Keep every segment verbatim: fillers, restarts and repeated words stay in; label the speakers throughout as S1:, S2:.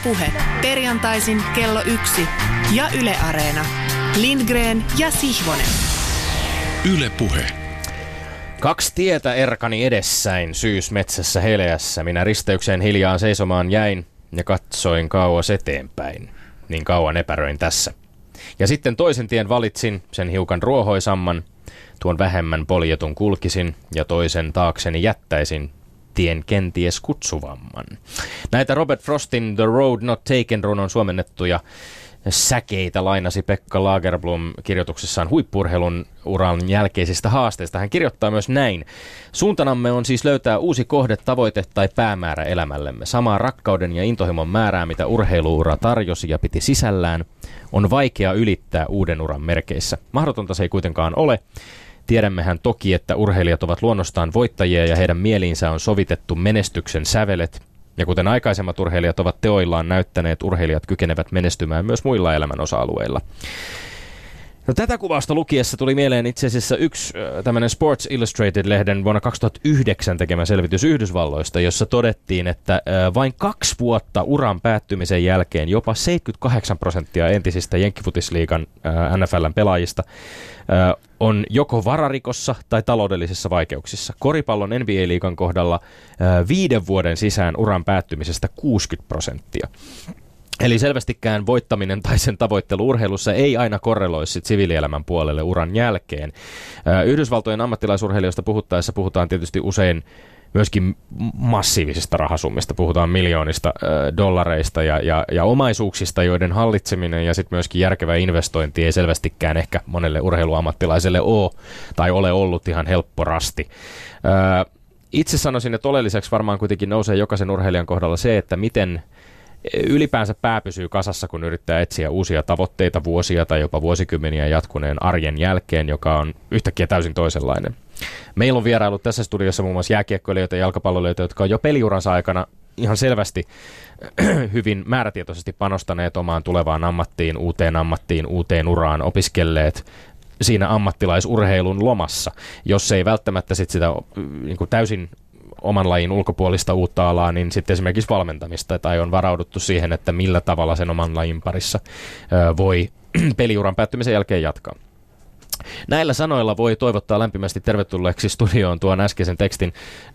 S1: Puhe. Perjantaisin kello yksi ja Yle Areena. Lindgren ja Sihvonen.
S2: Yle Puhe.
S3: Kaksi tietä erkani edessäin syysmetsässä heleässä. Minä risteykseen hiljaa seisomaan jäin ja katsoin kauas eteenpäin. Niin kauan epäröin tässä. Ja sitten toisen tien valitsin, sen hiukan ruohoisamman. Tuon vähemmän poljetun kulkisin ja toisen taakseni jättäisin, tien kenties kutsuvamman. Näitä Robert Frostin The Road Not Taken -runon suomennettuja säkeitä lainasi Pekka Lagerblom kirjoituksessaan huippu-urheilun uran jälkeisistä haasteista. Hän kirjoittaa myös näin. Suuntanamme on siis löytää uusi kohde, tavoite tai päämäärä elämällemme. Samaa rakkauden ja intohimon määrää, mitä urheiluura tarjosi ja piti sisällään, on vaikea ylittää uuden uran merkeissä. Mahdotonta se ei kuitenkaan ole. Tiedämmehän toki, että urheilijat ovat luonnostaan voittajia ja heidän mieliinsä on sovitettu menestyksen sävelet. Ja kuten aikaisemmat urheilijat ovat teoillaan näyttäneet, urheilijat kykenevät menestymään myös muilla elämän osa-alueilla. No, tätä kuvausta lukiessa tuli mieleen itse asiassa yksi äh, tämmöinen Sports Illustrated-lehden vuonna kaksituhattayhdeksän tekemä selvitys Yhdysvalloista, jossa todettiin, että äh, vain kaksi vuotta uran päättymisen jälkeen jopa seitsemänkymmentäkahdeksan prosenttia entisistä Jenkkifutisliigan äh, N F L:n pelaajista äh, on joko vararikossa tai taloudellisissa vaikeuksissa. Koripallon N B A-liigan kohdalla äh, viiden vuoden sisään uran päättymisestä kuusikymmentä prosenttia. Eli selvästikään voittaminen tai sen tavoittelu urheilussa ei aina korreloi sit siviilielämän puolelle uran jälkeen. Yhdysvaltojen ammattilaisurheilijoista puhuttaessa puhutaan tietysti usein myöskin massiivisista rahasummista. Puhutaan miljoonista äh, dollareista ja, ja, ja omaisuuksista, joiden hallitseminen ja sitten myöskin järkevä investointi ei selvästikään ehkä monelle urheiluammattilaiselle ole tai ole ollut ihan helppo rasti. Äh, itse sanoisin, että oleelliseksi varmaan kuitenkin nousee jokaisen urheilijan kohdalla se, että miten ylipäänsä pää pysyy kasassa, kun yrittää etsiä uusia tavoitteita vuosia tai jopa vuosikymmeniä jatkuneen arjen jälkeen, joka on yhtäkkiä täysin toisenlainen. Meillä on vierailut tässä studiossa muun muassa jääkiekkoilijoita ja jalkapalloilijoita, jotka on jo peliuransa aikana ihan selvästi hyvin määrätietoisesti panostaneet omaan tulevaan ammattiin, uuteen ammattiin, uuteen uraan, opiskelleet siinä ammattilaisurheilun lomassa, jos ei välttämättä sit sitä niin kuin täysin oman lajin ulkopuolista uutta alaa, niin sitten esimerkiksi valmentamista, tai on varauduttu siihen, että millä tavalla sen oman lajin parissa ö, voi peliuran päättymisen jälkeen jatkaa. Näillä sanoilla voi toivottaa lämpimästi tervetulleeksi studioon tuon äskeisen tekstin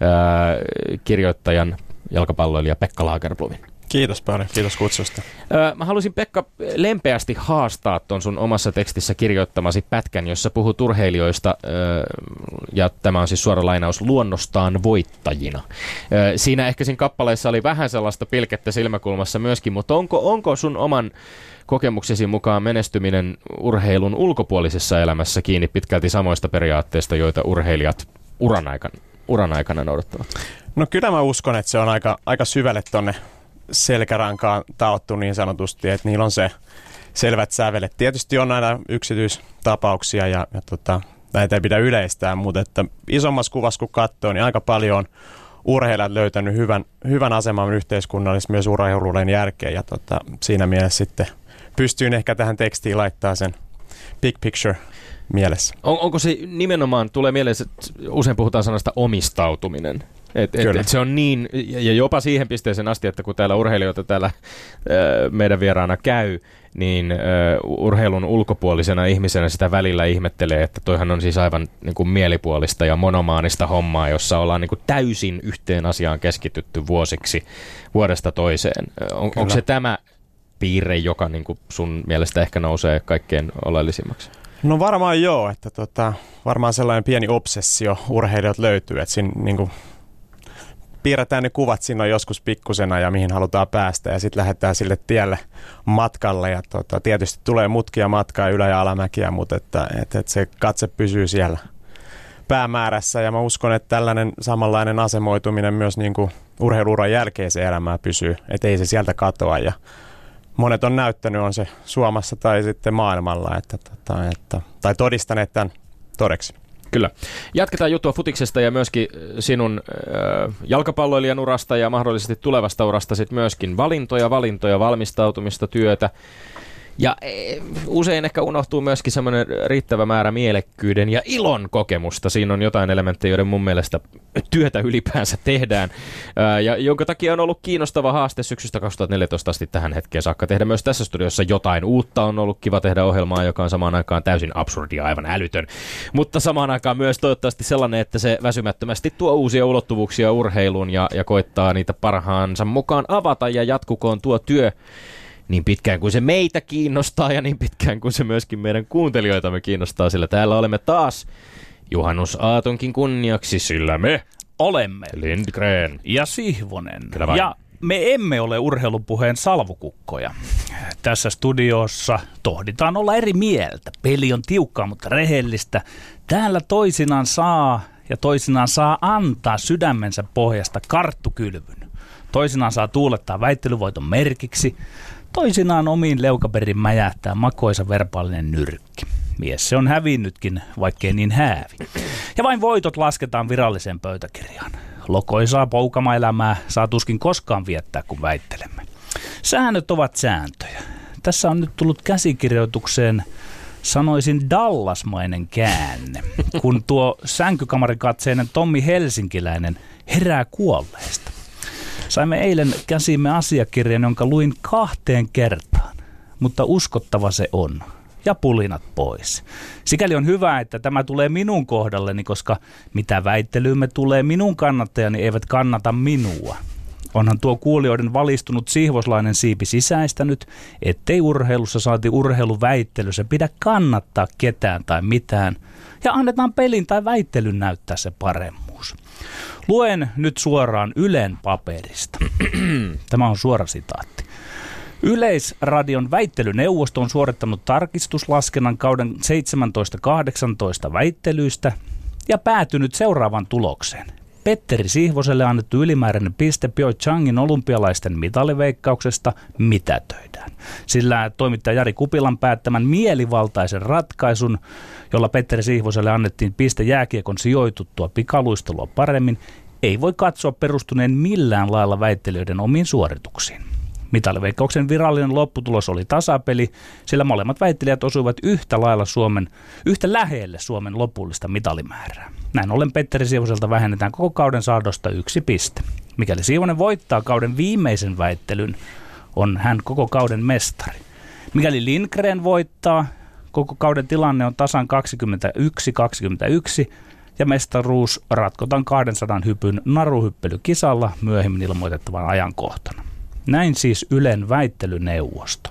S3: ö, kirjoittajan, jalkapalloilija Pekka Lagerblomin.
S4: Kiitos paljon, kiitos kutsusta.
S3: Öö, mä halusin, Pekka, lempeästi haastaa ton sun omassa tekstissä kirjoittamasi pätkän, jossa puhut urheilijoista, öö, ja tämä on siis suora lainaus, luonnostaan voittajina. Öö, siinä ehkä siinä kappaleessa oli vähän sellaista pilkettä silmäkulmassa myöskin, mutta onko, onko sun oman kokemuksesi mukaan menestyminen urheilun ulkopuolisessa elämässä kiinni pitkälti samoista periaatteista, joita urheilijat uran aikana, uran aikana noudattavat?
S4: No kyllä mä uskon, että se on aika, aika syvälle tonne selkärankaan taottu niin sanotusti, että niillä on se selvät sävelet. Tietysti on aina yksityistapauksia ja, ja tota, näitä ei pidä yleistää, mutta että isommassa kuvassa kun katsoo, niin aika paljon on urheilijat löytänyt hyvän, hyvän aseman yhteiskunnallisesti myös urheiluuden jälkeen ja tota, siinä mielessä sitten pystyin ehkä tähän tekstiin laittaa sen big picture mielessä.
S3: On, onko se nimenomaan, tulee mieleen, että usein puhutaan sanasta omistautuminen. Et, et, et se on niin, ja jopa siihen pisteeseen asti, että kun täällä urheilijoita täällä ö, meidän vieraana käy, niin ö, urheilun ulkopuolisena ihmisenä sitä välillä ihmettelee, että toihan on siis aivan niin kuin mielipuolista ja monomaanista hommaa, jossa ollaan niin kuin täysin yhteen asiaan keskitytty vuosiksi, vuodesta toiseen. On, onko se tämä piirre, joka niin kuin sun mielestä ehkä nousee kaikkein oleellisimmaksi?
S4: No varmaan joo, että tota, varmaan sellainen pieni obsessio urheilijat löytyy, että siinä niin kuin piirretään ne kuvat siinä joskus pikkusena ja mihin halutaan päästä ja sitten lähdetään sille tielle matkalle ja tota, tietysti tulee mutkia matkaa ylä- ja alamäkiä, mutta että, että, että se katse pysyy siellä päämäärässä ja mä uskon, että tällainen samanlainen asemoituminen myös niin kuin urheiluuran jälkeiseen elämään pysyy, että ei se sieltä katoa ja monet on näyttänyt, on se Suomessa tai sitten maailmalla, että, että, että, tai todistaneet tämän todeksi.
S3: Kyllä. Jatketaan juttua futiksesta ja myöskin sinun äh, jalkapalloilijan urasta ja mahdollisesti tulevasta urasta sit myöskin valintoja, valintoja, valmistautumista, työtä Ja usein ehkä unohtuu myöskin semmoinen riittävä määrä mielekkyyden ja ilon kokemusta. Siinä on jotain elementtejä, joiden mun mielestä työtä ylipäänsä tehdään. Ja jonka takia on ollut kiinnostava haaste syksystä kaksituhattaneljätoista asti tähän hetkeen saakka tehdä myös tässä studiossa jotain uutta. On ollut kiva tehdä ohjelmaa, joka on samaan aikaan täysin absurdi ja aivan älytön. Mutta samaan aikaan myös toivottavasti sellainen, että se väsymättömästi tuo uusia ulottuvuuksia urheiluun ja, ja koittaa niitä parhaansa mukaan avata ja jatkukoon tuo työ niin pitkään kuin se meitä kiinnostaa ja niin pitkään kuin se myöskin meidän kuuntelijoitamme kiinnostaa, sillä täällä olemme taas juhannusaatonkin kunniaksi, sillä me
S5: olemme
S3: Lindgren
S5: ja Sihvonen. Ja me emme ole urheilupuheen salvukukkoja. Tässä studiossa tohditaan olla eri mieltä. Peli on tiukkaa, mutta rehellistä. Täällä toisinaan saa ja toisinaan saa antaa sydämensä pohjasta karttukylvyn. Toisinaan saa tuulettaa väittelyvoiton merkiksi. Toisinaan omiin leukaperin mäjähtää makoisa verbaalinen nyrkki. Mies se on hävinnytkin, vaikkei niin häävi. Ja vain voitot lasketaan viralliseen pöytäkirjaan. Lokoisaa poukamaelämää saa tuskin koskaan viettää, kun väittelemme. Säännöt ovat sääntöjä. Tässä on nyt tullut käsikirjoitukseen, sanoisin dallasmainen käänne, kun tuo sänkykamarikatseinen Tommi Helsinkiläinen herää kuolleesta. Saimme eilen käsimme asiakirjan, jonka luin kahteen kertaan, mutta uskottava se on. Ja pulinat pois. Sikäli on hyvä, että tämä tulee minun kohdalleni, koska mitä väittelyymme tulee, minun kannattajani eivät kannata minua. Onhan tuo kuulijoiden valistunut sihvoslainen siipi sisäistänyt, ettei urheilussa saati urheiluväittelyssä pidä kannattaa ketään tai mitään, ja annetaan pelin tai väittelyn näyttää se paremmuus. Luen nyt suoraan Ylen paperista. Tämä on suora sitaatti. Yleisradion väittelyneuvosto on suorittanut tarkistuslaskennan kauden seitsemäntoista kahdeksantoista väittelyistä ja päätynyt seuraavaan tulokseen. Petteri Sihvoselle annettu ylimääräinen piste Pyeongchangin olympialaisten mitaliveikkauksesta mitätöidään. Sillä toimittaja Jari Kupilan päättämän mielivaltaisen ratkaisun, jolla Petteri Sihvoselle annettiin piste jääkiekon sijoituttua pikaluistelua paremmin, ei voi katsoa perustuneen millään lailla väittelijöiden omiin suorituksiin. Mitaliveikkauksen virallinen lopputulos oli tasapeli, sillä molemmat väittelijät osuivat yhtä lailla Suomen, yhtä lähelle Suomen lopullista mitalimäärää. Näin ollen Petteri Sihvoselta vähennetään koko kauden saadosta yksi piste. Mikäli Sihvonen voittaa kauden viimeisen väittelyn, on hän koko kauden mestari. Mikäli Lindgren voittaa, koko kauden tilanne on tasan kaksikymmentäyksi kaksikymmentäyksi ja mestaruus ratkotaan kahdensadan hypyn naruhyppelykisalla myöhemmin ilmoitettavan ajankohtana. Näin siis Ylen väittelyneuvosto.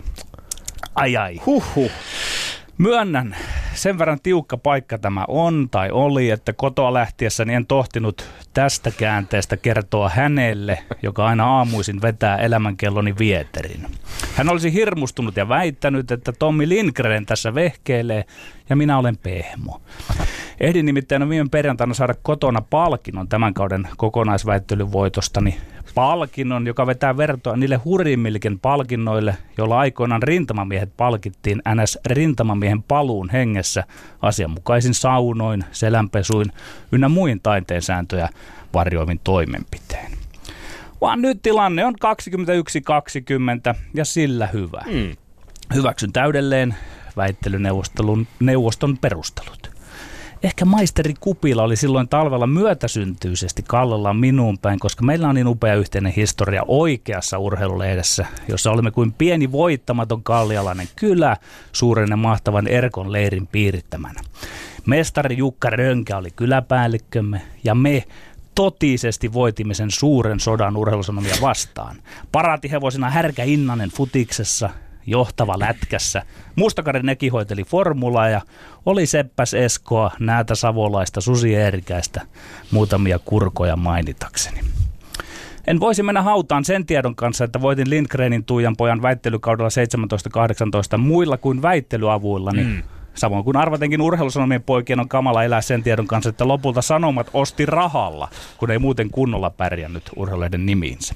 S5: Ai ai.
S3: Huhhuh.
S5: Myönnän, sen verran tiukka paikka tämä on tai oli, että kotoa lähtiessäni en tohtinut tästä käänteestä kertoa hänelle, joka aina aamuisin vetää elämänkelloni vieterin. Hän olisi hirmustunut ja väittänyt, että Tommi Lindgren tässä vehkeilee ja minä olen pehmo. Ehdin nimittäin viime perjantaina saada kotona palkinnon tämän kauden kokonaisväittelyvoitostani. Palkinnon, joka vetää vertoa niille hurjimmillekin palkinnoille, joilla aikoinaan rintamamiehet palkittiin N S-rintamamiehen paluun hengessä asianmukaisin saunoin, selänpesuin ynnä muin taiteen sääntöjä varjoivin toimenpiteen. Vaan nyt tilanne on kaksikymmentäyksi kaksikymmentä ja sillä hyvä. Mm. Hyväksyn täydelleen väittelyneuvoston neuvoston perustelut. Ehkä maisteri Kupila oli silloin talvella myötäsyntyisesti kallellaan minuun päin, koska meillä on niin upea yhteinen historia oikeassa urheilulehdessä, jossa olemme kuin pieni voittamaton kallialainen kylä suuren ja mahtavan Erkon leirin piirittämänä. Mestari Jukka Rönkä oli kyläpäällikkömme ja me totisesti voitimme sen suuren sodan Urheilusanomia vastaan. Paraatihevosina Härkä Innanen futiksessa, johtava lätkässä. Mustakari Neki hoiteli formulaa ja oli Seppäs Eskoa, Näätä Savolaista, Susi Eerikäistä, muutamia kurkoja mainitakseni. En voisi mennä hautaan sen tiedon kanssa, että voitin Lindgrenin Tuijan pojan väittelykaudella seitsemäntoista kahdeksantoista muilla kuin väittelyavuillani. Mm. Samoin kuin arvatenkin Urheilusanomien poikien on kamala elää sen tiedon kanssa, että lopulta Sanomat osti rahalla, kun ei muuten kunnolla pärjännyt urheilulehden nimiinsä.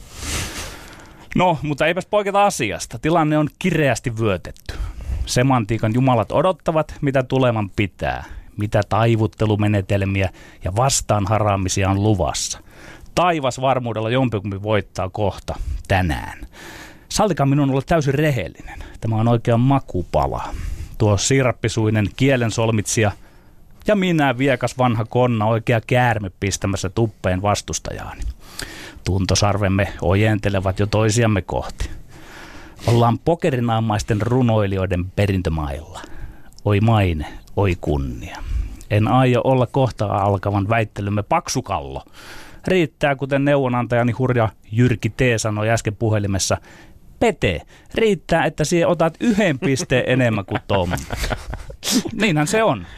S5: No, mutta eipäs poiketa asiasta. Tilanne on kireästi vyötetty. Semantiikan jumalat odottavat, mitä tuleman pitää. Mitä taivuttelumenetelmiä ja vastaanharaamisia on luvassa. Taivas varmuudella jompikumpi voittaa kohta tänään. Sallikaa minun olla täysin rehellinen. Tämä on oikein makupala. Tuo sirappisuinen kielen solmitsija ja minä viekas vanha konna, oikea käärme pistämässä tuppeen vastustajaani. Tuntosarvemme ojentelevat jo toisiamme kohti. Ollaan pokerinaamaisten runoilijoiden perintömailla. Oi maine, oi kunnia. En aio olla kohta alkavan väittelymme paksukallo. Riittää, kuten neuvonantajani hurja Jyrki T. sanoi äsken puhelimessa, Pete, riittää, että siihen otat yhden pisteen enemmän kuin Tom. Niinhän se on.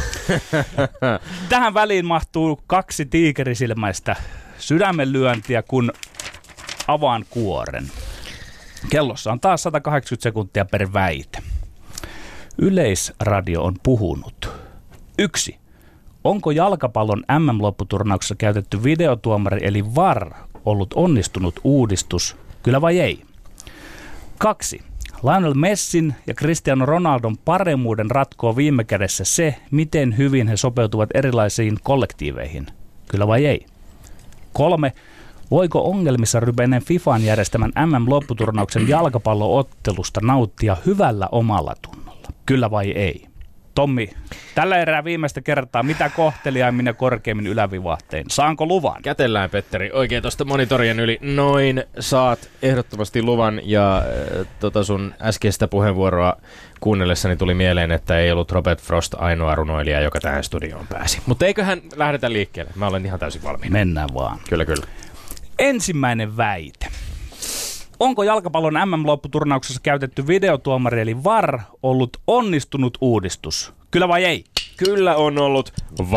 S5: Tähän väliin mahtuu kaksi tiikerisilmäistä sydämenlyöntiä, kun avaan kuoren. Kellossa on taas sata kahdeksankymmentä sekuntia per väite. Yleisradio on puhunut. Yksi. Onko jalkapallon M M-lopputurnauksessa käytetty videotuomari eli V A R ollut onnistunut uudistus, kyllä vai ei? Kaksi. Lionel Messin ja Cristiano Ronaldon paremmuuden ratkoo viime kädessä se, miten hyvin he sopeutuvat erilaisiin kollektiiveihin, kyllä vai ei? Kolme. Voiko ongelmissa rypeineen FIFAn järjestämän M M-lopputurnauksen jalkapalloottelusta nauttia hyvällä omalla tunnolla, kyllä vai ei? Tommi, tällä erää viimeistä kertaa, mitä kohteliaimmin ja korkeimmin ylävivahteen? Saanko luvan?
S3: Kätellään, Petteri. Oikein tuosta monitorien yli. Noin, saat ehdottomasti luvan. Ja äh, tota sun äskeistä puheenvuoroa kuunnellessani tuli mieleen, että ei ollut Robert Frost ainoa runoilija, joka tähän studioon pääsi. Mutta eiköhän lähdetä liikkeelle. Mä olen ihan täysin valmiina.
S5: Mennään vaan.
S3: Kyllä, kyllä.
S5: Ensimmäinen väite. Onko jalkapallon M M-lopputurnauksessa käytetty videotuomari eli V A R ollut onnistunut uudistus? Kyllä vai ei?
S3: Kyllä on ollut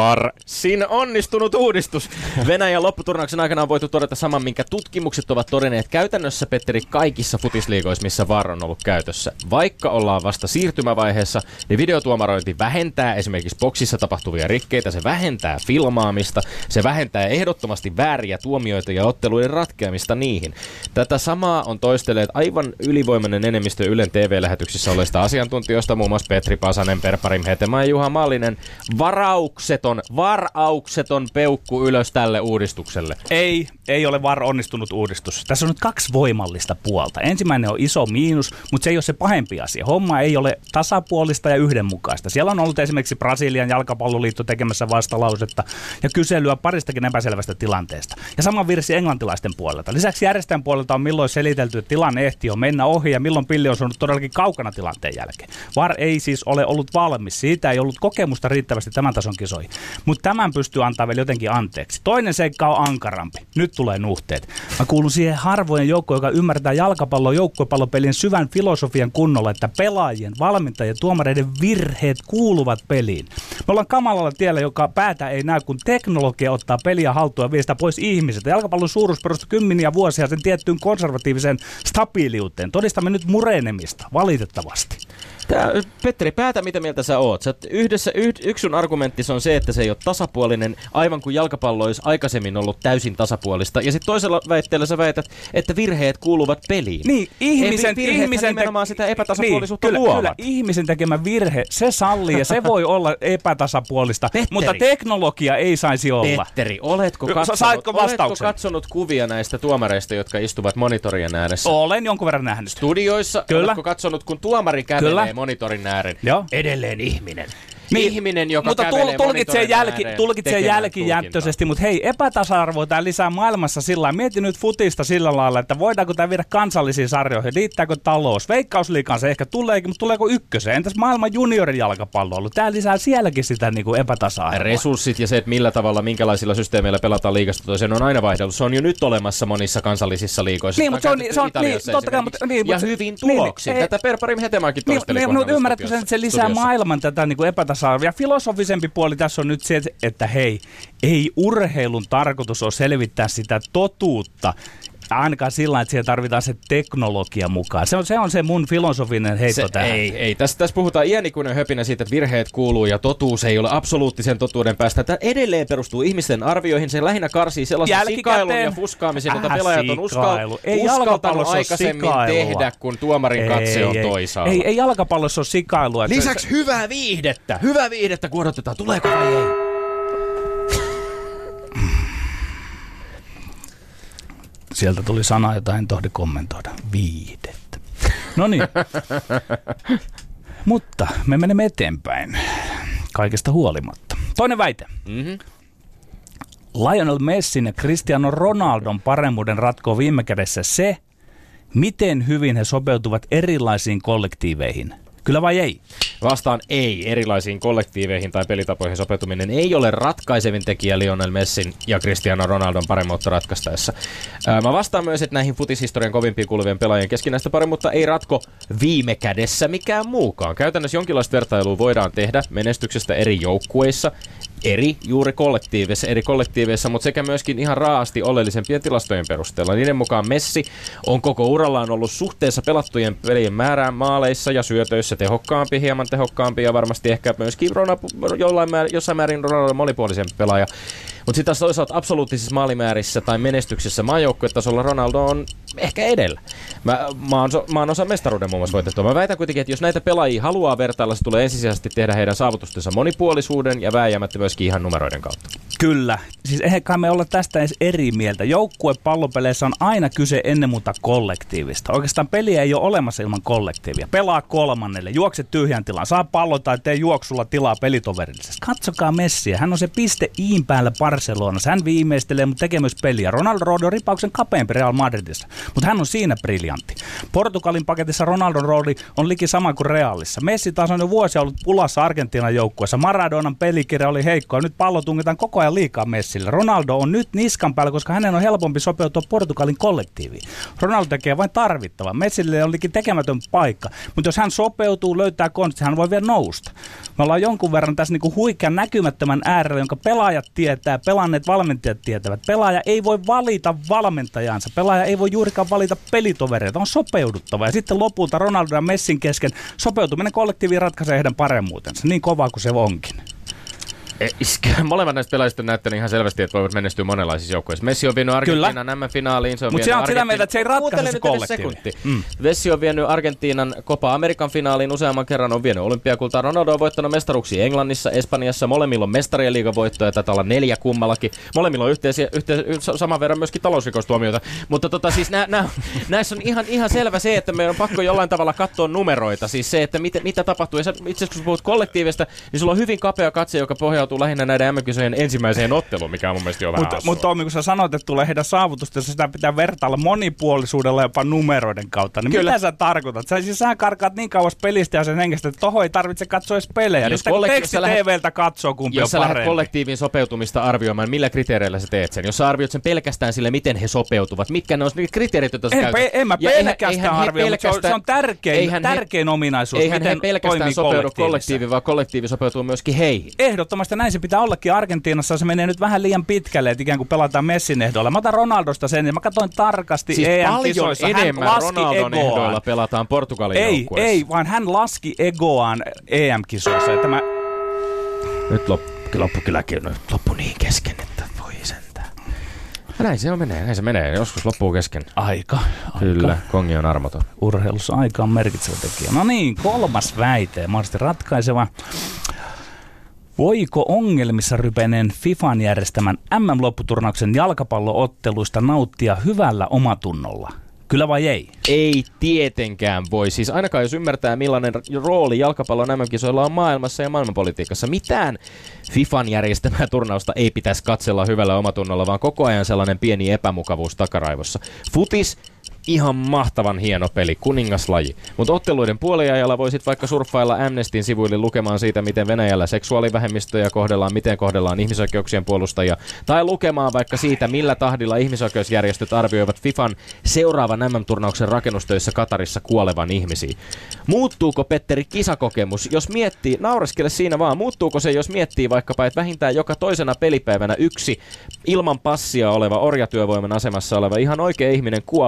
S3: varsin onnistunut uudistus. Venäjän lopputurnauksen aikana on voitu todeta saman, minkä tutkimukset ovat todenneet käytännössä, Petteri, kaikissa futisliigoissa, missä V A R on ollut käytössä. Vaikka ollaan vasta siirtymävaiheessa, niin videotuomarointi vähentää esimerkiksi boksissa tapahtuvia rikkeitä, se vähentää filmaamista, se vähentää ehdottomasti vääriä tuomioita ja otteluiden ratkeamista niihin. Tätä samaa on toistelleet aivan ylivoimainen enemmistö Ylen T V-lähetyksissä olleista asiantuntijoista, muun muassa Petri Pasanen, Perparim Hetemaa ja Juha Mallinen. Varaukseton, varaukseton peukku ylös tälle uudistukselle.
S5: Ei, ei ole V A R onnistunut uudistus. Tässä on nyt kaksi voimallista puolta. Ensimmäinen on iso miinus, mutta se ei ole se pahempi asia. Homma ei ole tasapuolista ja yhdenmukaista. Siellä on ollut esimerkiksi Brasilian jalkapalloliitto tekemässä vastalausetta ja kyselyä paristakin epäselvästä tilanteesta. Ja sama virsi englantilaisten puolelta. Lisäksi järjestäjän puolelta on milloin selitelty, että tilanne ehti jo mennä ohi ja milloin pilli on saanut todellakin kaukana tilanteen jälkeen. V A R ei siis ole ollut valmis. Siitä ei ollut kokemusta riittävästi tämän tason kisoihin. Mutta tämän pystyy antaa vielä jotenkin anteeksi. Toinen seikka on ankarampi. Nyt tulee nuhteet. Mä kuulun siihen harvojen joukkoon, joka ymmärtää jalkapallon joukkuepallopelien syvän filosofian kunnolla, että pelaajien, valmentajien ja tuomareiden virheet kuuluvat peliin. Me ollaan kamalalla tiellä, joka päätä ei näy, kun teknologia ottaa peliä haltuun ja vie sitä pois ihmiseltä. Jalkapallon suuruus perustuu kymmeniä vuosia sen tiettyyn konservatiiviseen stabiiliuteen. Todistamme nyt murenemista, valitettavasti.
S3: Tää, Petteri, päätä mitä mieltä sä oot. Sä yhdessä, yh, yksi sun argumentti on se, että se ei ole tasapuolinen, aivan kuin jalkapallo olisi aikaisemmin ollut täysin tasapuolista. Ja sitten toisella väitteellä sä väität, että virheet kuuluvat peliin.
S5: Niin, ihmisen,
S3: Ei, ihmisen nimenomaan sitä epätasapuolisuutta
S5: niin,
S3: luovat.
S5: Kyllä, ihmisen tekemä virhe, se sallii ja se voi olla epätasapuolista,
S3: Petteri.
S5: mutta teknologia ei saisi olla.
S3: Petteri, oletko katsonut, oletko katsonut kuvia näistä tuomareista, jotka istuvat monitorien ääressä?
S5: Olen jonkun verran nähnyt.
S3: Studioissa, kyllä. Oletko katsonut, kun tuomari kävelee kyllä. monitorin ääreen?
S5: Joo.
S3: Edelleen ihminen.
S5: Niin,
S3: ihminen, joka
S5: mutta
S3: kävelee
S5: tulkitsee jälki, tulkitsee
S3: tekemään
S5: jälkijättöisesti, mutta hei, epätasa-arvoa tämä lisää maailmassa sillä lailla. Mieti nyt futista sillä lailla, että voidaanko tämä viedä kansallisiin sarjoihin, riittääkö talous, Veikkausliigaan se ehkä tuleekin, mutta tuleeko ykköseen? Entäs maailman juniorijalkapallo? Tämä lisää sielläkin sitä niin kuin epätasa-arvoa.
S3: Resurssit ja se, että millä tavalla, minkälaisilla systeemeillä pelataan liigasta toiseen, on aina vaihdellut. Se on jo nyt olemassa monissa kansallisissa liigoissa.
S5: Niin, mutta se on, se on niin, totta kai, mutta, niin,
S3: ja
S5: mutta,
S3: hyvin tuloksin. Niin, tätä Perparim Hetemaakin toisteli.
S5: Niin, mutta ymmärrätkö sen, että se lisää studiossa. Maailman tätä niin kuin epätasa-arvoa. Ja filosofisempi puoli tässä on nyt se, että hei, ei urheilun tarkoitus ole selvittää sitä totuutta, ainakaan sillä, että siihen tarvitaan se teknologia mukaan. Se on se, on se mun filosofinen heitto
S3: se,
S5: tähän.
S3: Ei, ei. Tässä, tässä puhutaan iänikuinen höpinä siitä, että virheet kuuluu ja totuus ei ole absoluuttisen totuuden päästä. Tämä edelleen perustuu ihmisten arvioihin. Se lähinnä karsii sellaisen sikailun ja fuskaamisen, jota pelaajat on uskal- ei uskaltanut aikaisemmin tehdä, kun tuomarin katse ei, on ei, toisaalla.
S5: Ei, ei jalkapallossa ole sikailua.
S3: Lisäksi se, hyvää viihdettä. Hyvää viihdettä, kun odotetaan. Tuleeko vai ei?
S5: Sieltä tuli sana, jota en tohdi kommentoida. Viihdettä. No niin. Mutta me menemme eteenpäin kaikesta huolimatta. Toinen väite. Mm-hmm. Lionel Messin ja Cristiano Ronaldon paremmuuden ratkoo viime kädessä se, miten hyvin he sopeutuvat erilaisiin kollektiiveihin. Kyllä vai ei?
S3: Vastaan ei. Erilaisiin kollektiiveihin tai pelitapoihin sopeutuminen ei ole ratkaisevin tekijä Lionel Messin ja Cristiano Ronaldon paremmuutta ratkaistaessa. Ää, mä vastaan myös, että näihin futishistorian kovimpiin kuuluvien pelaajien keskinäistä paremmuutta ei ratko viime kädessä mikään muukaan. Käytännössä jonkinlaista vertailua voidaan tehdä menestyksestä eri joukkueissa, eri juuri kollektiiveissa, eri kollektiiveissa, mutta sekä myöskin ihan raasti oleellisempien tilastojen perusteella. Niiden mukaan Messi on koko urallaan ollut suhteessa pelattujen pelien määrään maaleissa ja syötöissä tehokkaampi, hieman tehokkaampi ja varmasti ehkä myöskin Ronaldo, jollain määr, jossain määrin Ronaldo monipuolisempi pelaaja. Mutta sitten taas toisaalta absoluuttisissa maalimäärissä tai menestyksessä maajoukkuetasolla Ronaldo on ehkä edellä. Mä, mä, oon, mä oon osa mestaruuden muun muassa voitettua. Mä väitän kuitenkin, että jos näitä pelaajia haluaa vertailla, se tulee ensisijaisesti tehdä heidän saavutustensa monipuolisuuden ja vääjäämättä myöskin ihan numeroiden kautta.
S5: Kyllä. Siis eihän me olla tästä edes eri mieltä. Joukkue pallopeleissä on aina kyse ennen muuta kollektiivista. Oikeastaan peliä ei ole olemassa ilman kollektiivia. Pelaa kolmannelle, juokse tyhjän tilaan, saa pallo tai tee juoksulla tilaa pelitoverillisesti. Katsokaa Messiä. Hän on se piste iin päällä Barcelonassa. Hän viimeistelee, mutta tekee myös peliä. Ronaldo rooli on ripauksen kapeampi Real Madridissa, mutta hän on siinä briljantti. Portugalin paketissa Ronaldon rooli on liki sama kuin Realissa. Messi taas on jo vuosia ollut pulassa Argentiinan joukkueessa. Maradonan pelikirja oli heikkoa. Nyt pallo tungetaan koko ajan liikaa Messille. Ronaldo on nyt niskan päällä, koska hänen on helpompi sopeutua Portugalin kollektiiviin. Ronaldo tekee vain tarvittavaa. Messille on likin tekemätön paikka, mutta jos hän sopeutuu, löytää konstit, hän voi vielä nousta. Me ollaan jonkun verran tässä niinku huikean näkymättömän äärellä, jonka pelaajat tietää, pelanneet valmentajat tietävät. Pelaaja ei voi valita valmentajansa. Pelaaja ei voi juurikaan valita pelitovereita. On sopeuduttava. Ja sitten lopulta Ronaldo ja Messin kesken sopeutuminen kollektiiviin ratkaisee heidän paremmuutensa. Niin kovaa kuin se onkin.
S3: Molemmat näistä pelaajista on näyttänyt ihan selvästi, että voivat menestyä monenlaisissa joukkueissa. Messi on vienyt Argentiinan M M-finaaliin.
S5: Mutta se on sitä mieltä, että se ei ratkaise se kollektiivi.
S3: Mm. Messi on vienyt Argentiinan Copa American finaaliin useamman kerran, on vienyt olympiakultaa. Ronaldo on voittanut mestaruksia Englannissa, Espanjassa. Molemmilla on mestarien liigan voittoja, taitaa olla neljä kummallakin. Molemmilla on yhteisiä, yhteisiä, saman verran myöskin talousrikostuomioita. Mutta tota, siis nä, nä, näissä on ihan, ihan selvä se, että meidän on pakko jollain tavalla katsoa numeroita. Siis se, että mit, mitä tapahtuu. Ja itse asiassa kun puhut kollektiivista, niin sulla on hyvin kapea katse, joka pohjautuu lähinnä näiden M M-kisojen ensimmäiseen otteluun, mikä on mun mielestä jo vähän
S5: Mutta mut Tommi, kun sä sanoit, että tulee heidän saavutustensa, sitä pitää vertailla monipuolisuudella jopa numeroiden kautta. Niin kyllä. Mitä sä tarkoitat? Sä, siis sä karkaat niin kauas pelistä ja sen hengestä, että tohon ei tarvitse katsoa edes pelejä. Jos kollekti- teksti T V:ltä katsoo, kumpi
S3: jos
S5: on parempi.
S3: Jos sä lähdet kollektiivin sopeutumista arvioimaan, millä kriteereillä sä teet sen? Jos sä arvioit sen pelkästään sille, miten he sopeutuvat, mitkä ne on ne kriteerit, joita sä
S5: en,
S3: käytät?
S5: Pe- en mä pelkästään arvioi, mutta se on, se on tärkein, he, tärkein ominaisuus,
S3: eihän
S5: miten
S3: he pelkästään sopeudu kollektiiviin, vaan kollektiivi sopeutuu myöskin heihin.
S5: Ehdottomasti näin se pitää ollakin. Argentiinassa se menee nyt vähän liian pitkälle, että ikään kuin pelataan Messin ehdoilla. Mä otan Ronaldosta sen, ja mä katsoin tarkasti
S3: siis
S5: E M-kisoissa.
S3: Paljon enemmän
S5: hän laski
S3: Ronaldon
S5: egoaan.
S3: ehdoilla pelataan Portugalin
S5: ei,
S3: joukkueessa.
S5: Ei, vaan hän laski egoaan E M-kisoissa. Että mä...
S3: Nyt loppu, loppu kylläkin, no, loppu niin kesken, että voi sentään. Näin se on menee, näin se menee. Joskus loppuu kesken.
S5: Aika.
S3: Kyllä,
S5: aika.
S3: kongi on armoton.
S5: Urheilussa aika on merkitsevä tekijä. No niin, kolmas väite, mahdollisesti ratkaiseva. Voiko ongelmissa rypeneen FIFAn järjestämän M M-lopputurnauksen jalkapallootteluista nauttia hyvällä omatunnolla? Kyllä vai ei?
S3: Ei tietenkään voi. Siis ainakaan jos ymmärtää, millainen rooli jalkapallon M M-kisoilla on maailmassa ja maailmanpolitiikassa. Mitään FIFAn järjestämää turnausta ei pitäisi katsella hyvällä omatunnolla, vaan koko ajan sellainen pieni epämukavuus takaraivossa. Futis, ihan mahtavan hieno peli, kuningaslaji. Mutta otteluiden puoliajalla voisit vaikka surffailla Amnestyn sivuille lukemaan siitä, miten Venäjällä seksuaalivähemmistöjä kohdellaan, miten kohdellaan ihmisoikeuksien puolustajia, tai lukemaan vaikka siitä, millä tahdilla ihmisoikeusjärjestöt arvioivat FIFAn seuraavan M M-turnauksen rakennustöissä Katarissa kuolevan ihmisiä. Muuttuuko, Petteri, kisakokemus, jos miettii, naureskele siinä vaan, muuttuuko se, jos miettii vaikkapa, että vähintään joka toisena pelipäivänä yksi ilman passia oleva orjatyövoiman asemassa oleva ihan oikea ihminen kuolee FIFAn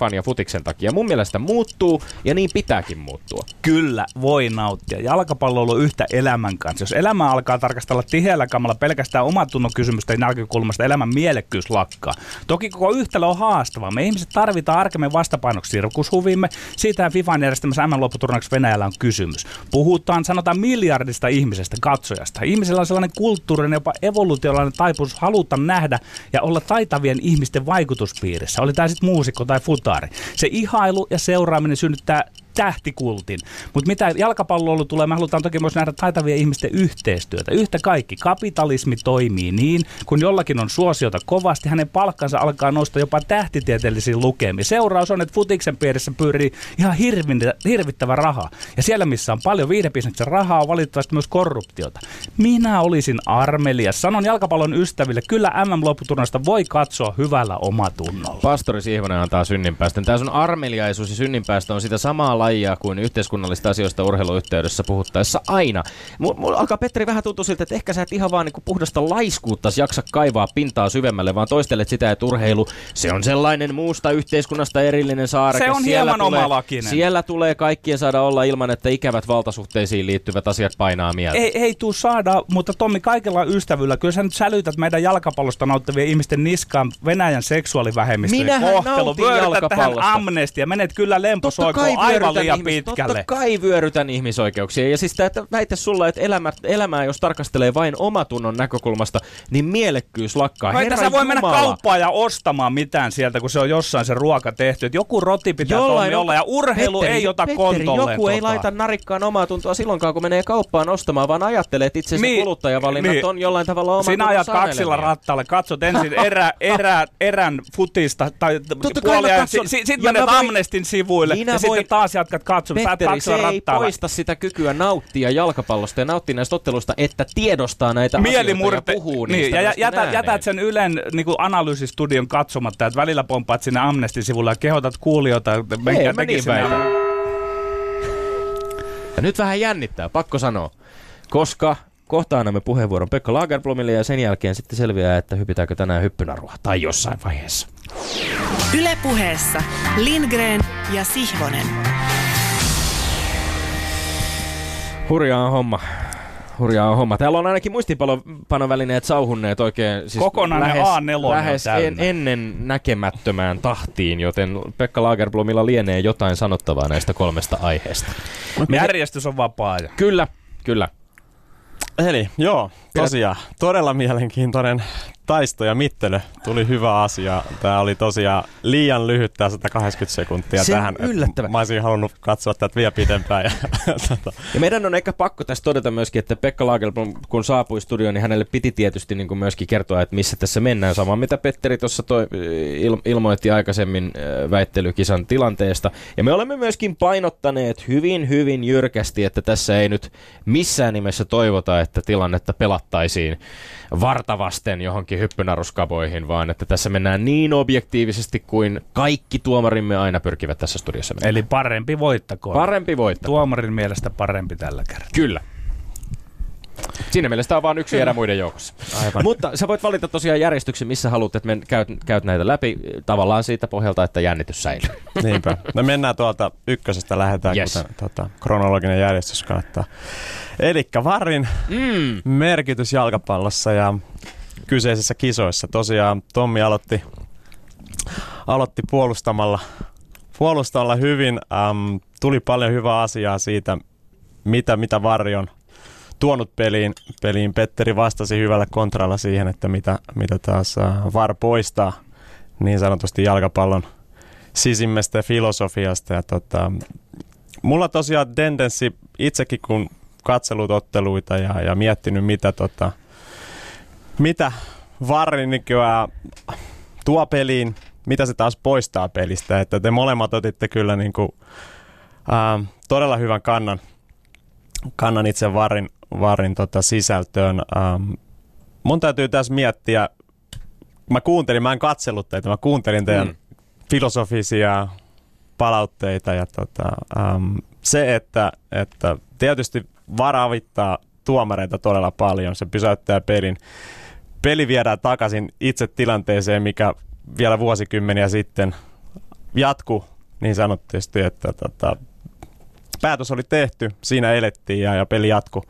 S3: rahan ja futiksen takia. Mun mielestä muuttuu ja niin pitääkin muuttua.
S5: Kyllä voi nauttia. Jalkapallo on yhtä elämän kanssa. Jos elämä alkaa tarkastella tiheällä kammalla pelkästään omatunnon kysymystä ja näkökulmasta, elämän mielekkyys lakkaa. Toki koko yhtälö on haastava. Me ihmiset tarvitaan arkemme vastapainoksi sirkushuviimme. Siitähän FIFAn järjestämässä M M-lopputurnaukseksi Venäjällä on kysymys. Puhutaan, sanotaan miljardista ihmisestä, katsojasta. Ihmisellä on sellainen kulttuurinen, jopa evoluutiolainen taipumus haluta nähdä ja olla taitavien ihmisten vaikutuspiirissä. Oli tämä sitten muusikko tai futaari. Se ihailu ja seuraaminen synnyttää tähtikultin. Mutta mitä jalkapalloilu tulee, me halutaan toki myös nähdä taitavia ihmisten yhteistyötä. Yhtä kaikki, kapitalismi toimii niin, kun jollakin on suosiota kovasti, hänen palkkansa alkaa nousta jopa tähtitieteellisiin lukemiin. Seuraus on, että futiksen piirissä pyörii ihan hirvittävä raha. Ja siellä, missä on paljon viihdebisneksen rahaa, on valitettavasti myös korruptiota. Minä olisin armelias. Sanon jalkapallon ystäville, kyllä M M-lopputurnausta voi katsoa hyvällä omatunnolla.
S3: Pastori Sihvonen antaa synninpäästön. Tämä sun armeliaisuus ja synninpäästö on sitä samaa lajia kuin yhteiskunnallista asioista urheiluyhteydessä puhuttaessa aina. Mulla alkaa Petteri vähän tuntua siltä, että ehkä sä et ihan vaan niin kuin puhdasta laiskuutta jaksa kaivaa pintaa syvemmälle, vaan toistelet sitä, että urheilu, se on sellainen muusta yhteiskunnasta erillinen saareke.
S5: Se on
S3: siellä
S5: hieman
S3: tulee,
S5: omalakinen.
S3: Siellä tulee kaikkien saada olla ilman, että ikävät valtasuhteisiin liittyvät asiat painaa mieltä.
S5: Ei, ei tuu saada, mutta Tommi, kaikella ystävyydellä, kyllä sä nyt sälytät meidän jalkapallosta nauttavien ihmisten niskaan Venäjän seksuaalivähemmistöjen kohtelu. Vyörytät tähän amnestia, menet kyllä lemposoikoon aivan liian pitkälle.
S3: Totta kai vyörytän ihmisoikeuksia. Ja siis tämä väite sulla, että elämä, elämää jos tarkastelee vain omatunnon näkökulmasta, niin mielekkyys lakkaa.
S5: Herra Jumala. Sä voi mennä kauppaan ja ostamaan mitään sieltä, kun se on jossain se ruoka tehty. Et joku roti pitää Tommi olla ja urheilu
S3: Petteri,
S5: ei ota
S3: Petteri,
S5: kontolleen.
S3: Joku
S5: tota.
S3: ei laita narikkaan omaa tuntoa silloinkaan, kun menee kauppaan ostamaan, vaan ajattelee, että itse asiassa niin, kuluttajavalinnat niin. on jollain tavalla omaa
S5: Sinä ajat kaksilla rattaalla, katsot ensin erä, erä, erän futista tai puolia, sitten si, sit menet Amnestin sivuille ja voin... sitten taas jatkat katsomista.
S3: Petteri, se ei poista sitä kykyä nauttia jalkapallosta ja nauttia näistä otteluista, että tiedostaa näitä asioita ja puhuu
S5: niin,
S3: niistä.
S5: Ja jätät, jätät sen Ylen niin kuin analyysistudion katsomatta, että välillä pompaat sinne Amnestin sivulle ja kehotat kuulijoita.
S3: Ei, mä niin väitän. Ja nyt vähän jännittää, pakko sanoa, koska kohta annamme puheenvuoron Pekka Lagerblomille ja sen jälkeen sitten selviää, että hypitäänkö tänään hyppynarua tai jossain vaiheessa.
S1: Yle Puheessa Lindgren ja Sihvonen.
S3: Hurjaa on homma. Hurjaa on homma. Täällä on ainakin muistiinpanovälineet sauhunneet oikein siis
S5: kokonainen
S3: lähes,
S5: A neljä
S3: lähes en, ennen näkemättömään tahtiin, joten Pekka Lagerblomilla lienee jotain sanottavaa näistä kolmesta aiheesta.
S5: Järjestys on vapaa.
S3: Kyllä, kyllä.
S4: Eli joo, tosiaan todella mielenkiintoinen taisto ja mittelö. Tuli hyvä asia. Tämä oli tosiaan liian lyhyt tämä sata kahdeksankymmentä sekuntia
S3: se
S4: tähän.
S3: Yllättävää.
S4: Mä olisin halunnut katsoa tätä vielä pidempään. Ja,
S3: ja meidän on ehkä pakko tässä todeta myöskin, että Pekka Lagerblom, kun saapui studioon, niin hänelle piti tietysti niin kuin myöskin kertoa, että missä tässä mennään. Sama mitä Petteri tuossa il- ilmoitti aikaisemmin väittelykisan tilanteesta. Ja me olemme myöskin painottaneet hyvin, hyvin jyrkästi, että tässä ei nyt missään nimessä toivota, että tilannetta pelattaisiin vartavasten johonkin hyppynaruskaboihin, vaan että tässä mennään niin objektiivisesti kuin kaikki tuomarimme aina pyrkivät tässä studiossa mennään.
S5: Eli parempi voittakoon.
S3: Parempi voittakoon.
S5: Tuomarin mielestä parempi tällä kertaa.
S3: Kyllä. Siinä mielessä on vain yksi erä muiden joukossa. Aivan. Mutta sä voit valita tosiaan järjestyksen, missä haluat, että me käyt, käyt näitä läpi tavallaan siitä pohjalta, että jännitys säilyy.
S4: Niinpä. Me mennään tuolta ykkösestä, lähdetään, yes. kuten tota, kronologinen järjestys kannattaa. Elikkä V A Rin mm. merkitys jalkapallossa ja kyseisissä kisoissa. Tosiaan Tommi aloitti, aloitti puolustamalla, puolustamalla hyvin. Ähm, tuli paljon hyvää asiaa siitä, mitä, mitä V A R on tuonut peliin. peliin. Petteri vastasi hyvällä kontralla siihen, että mitä, mitä taas V A R poistaa niin sanotusti jalkapallon sisimmästä filosofiasta. Ja tota, mulla tosiaan tendenssi itsekin, kun katsellut otteluita ja, ja miettinyt, mitä, tota, mitä V A R nykyään tuo peliin, mitä se taas poistaa pelistä. Että te molemmat otitte kyllä niin kuin, ää, todella hyvän kannan, kannan itse V A Rin, V A Rin tota, sisältöön. Ähm, mun täytyy tässä miettiä, mä kuuntelin, mä en katsellut teitä, mä kuuntelin teidän mm. filosofisia palautteita ja tota, ähm, se, että, että tietysti V A R avittaa tuomareita todella paljon, se pysäyttää pelin. Peli viedään takaisin itse tilanteeseen, mikä vielä vuosikymmeniä sitten jatku niin sanottiin, että tota, päätös oli tehty, siinä elettiin ja, ja peli jatkui.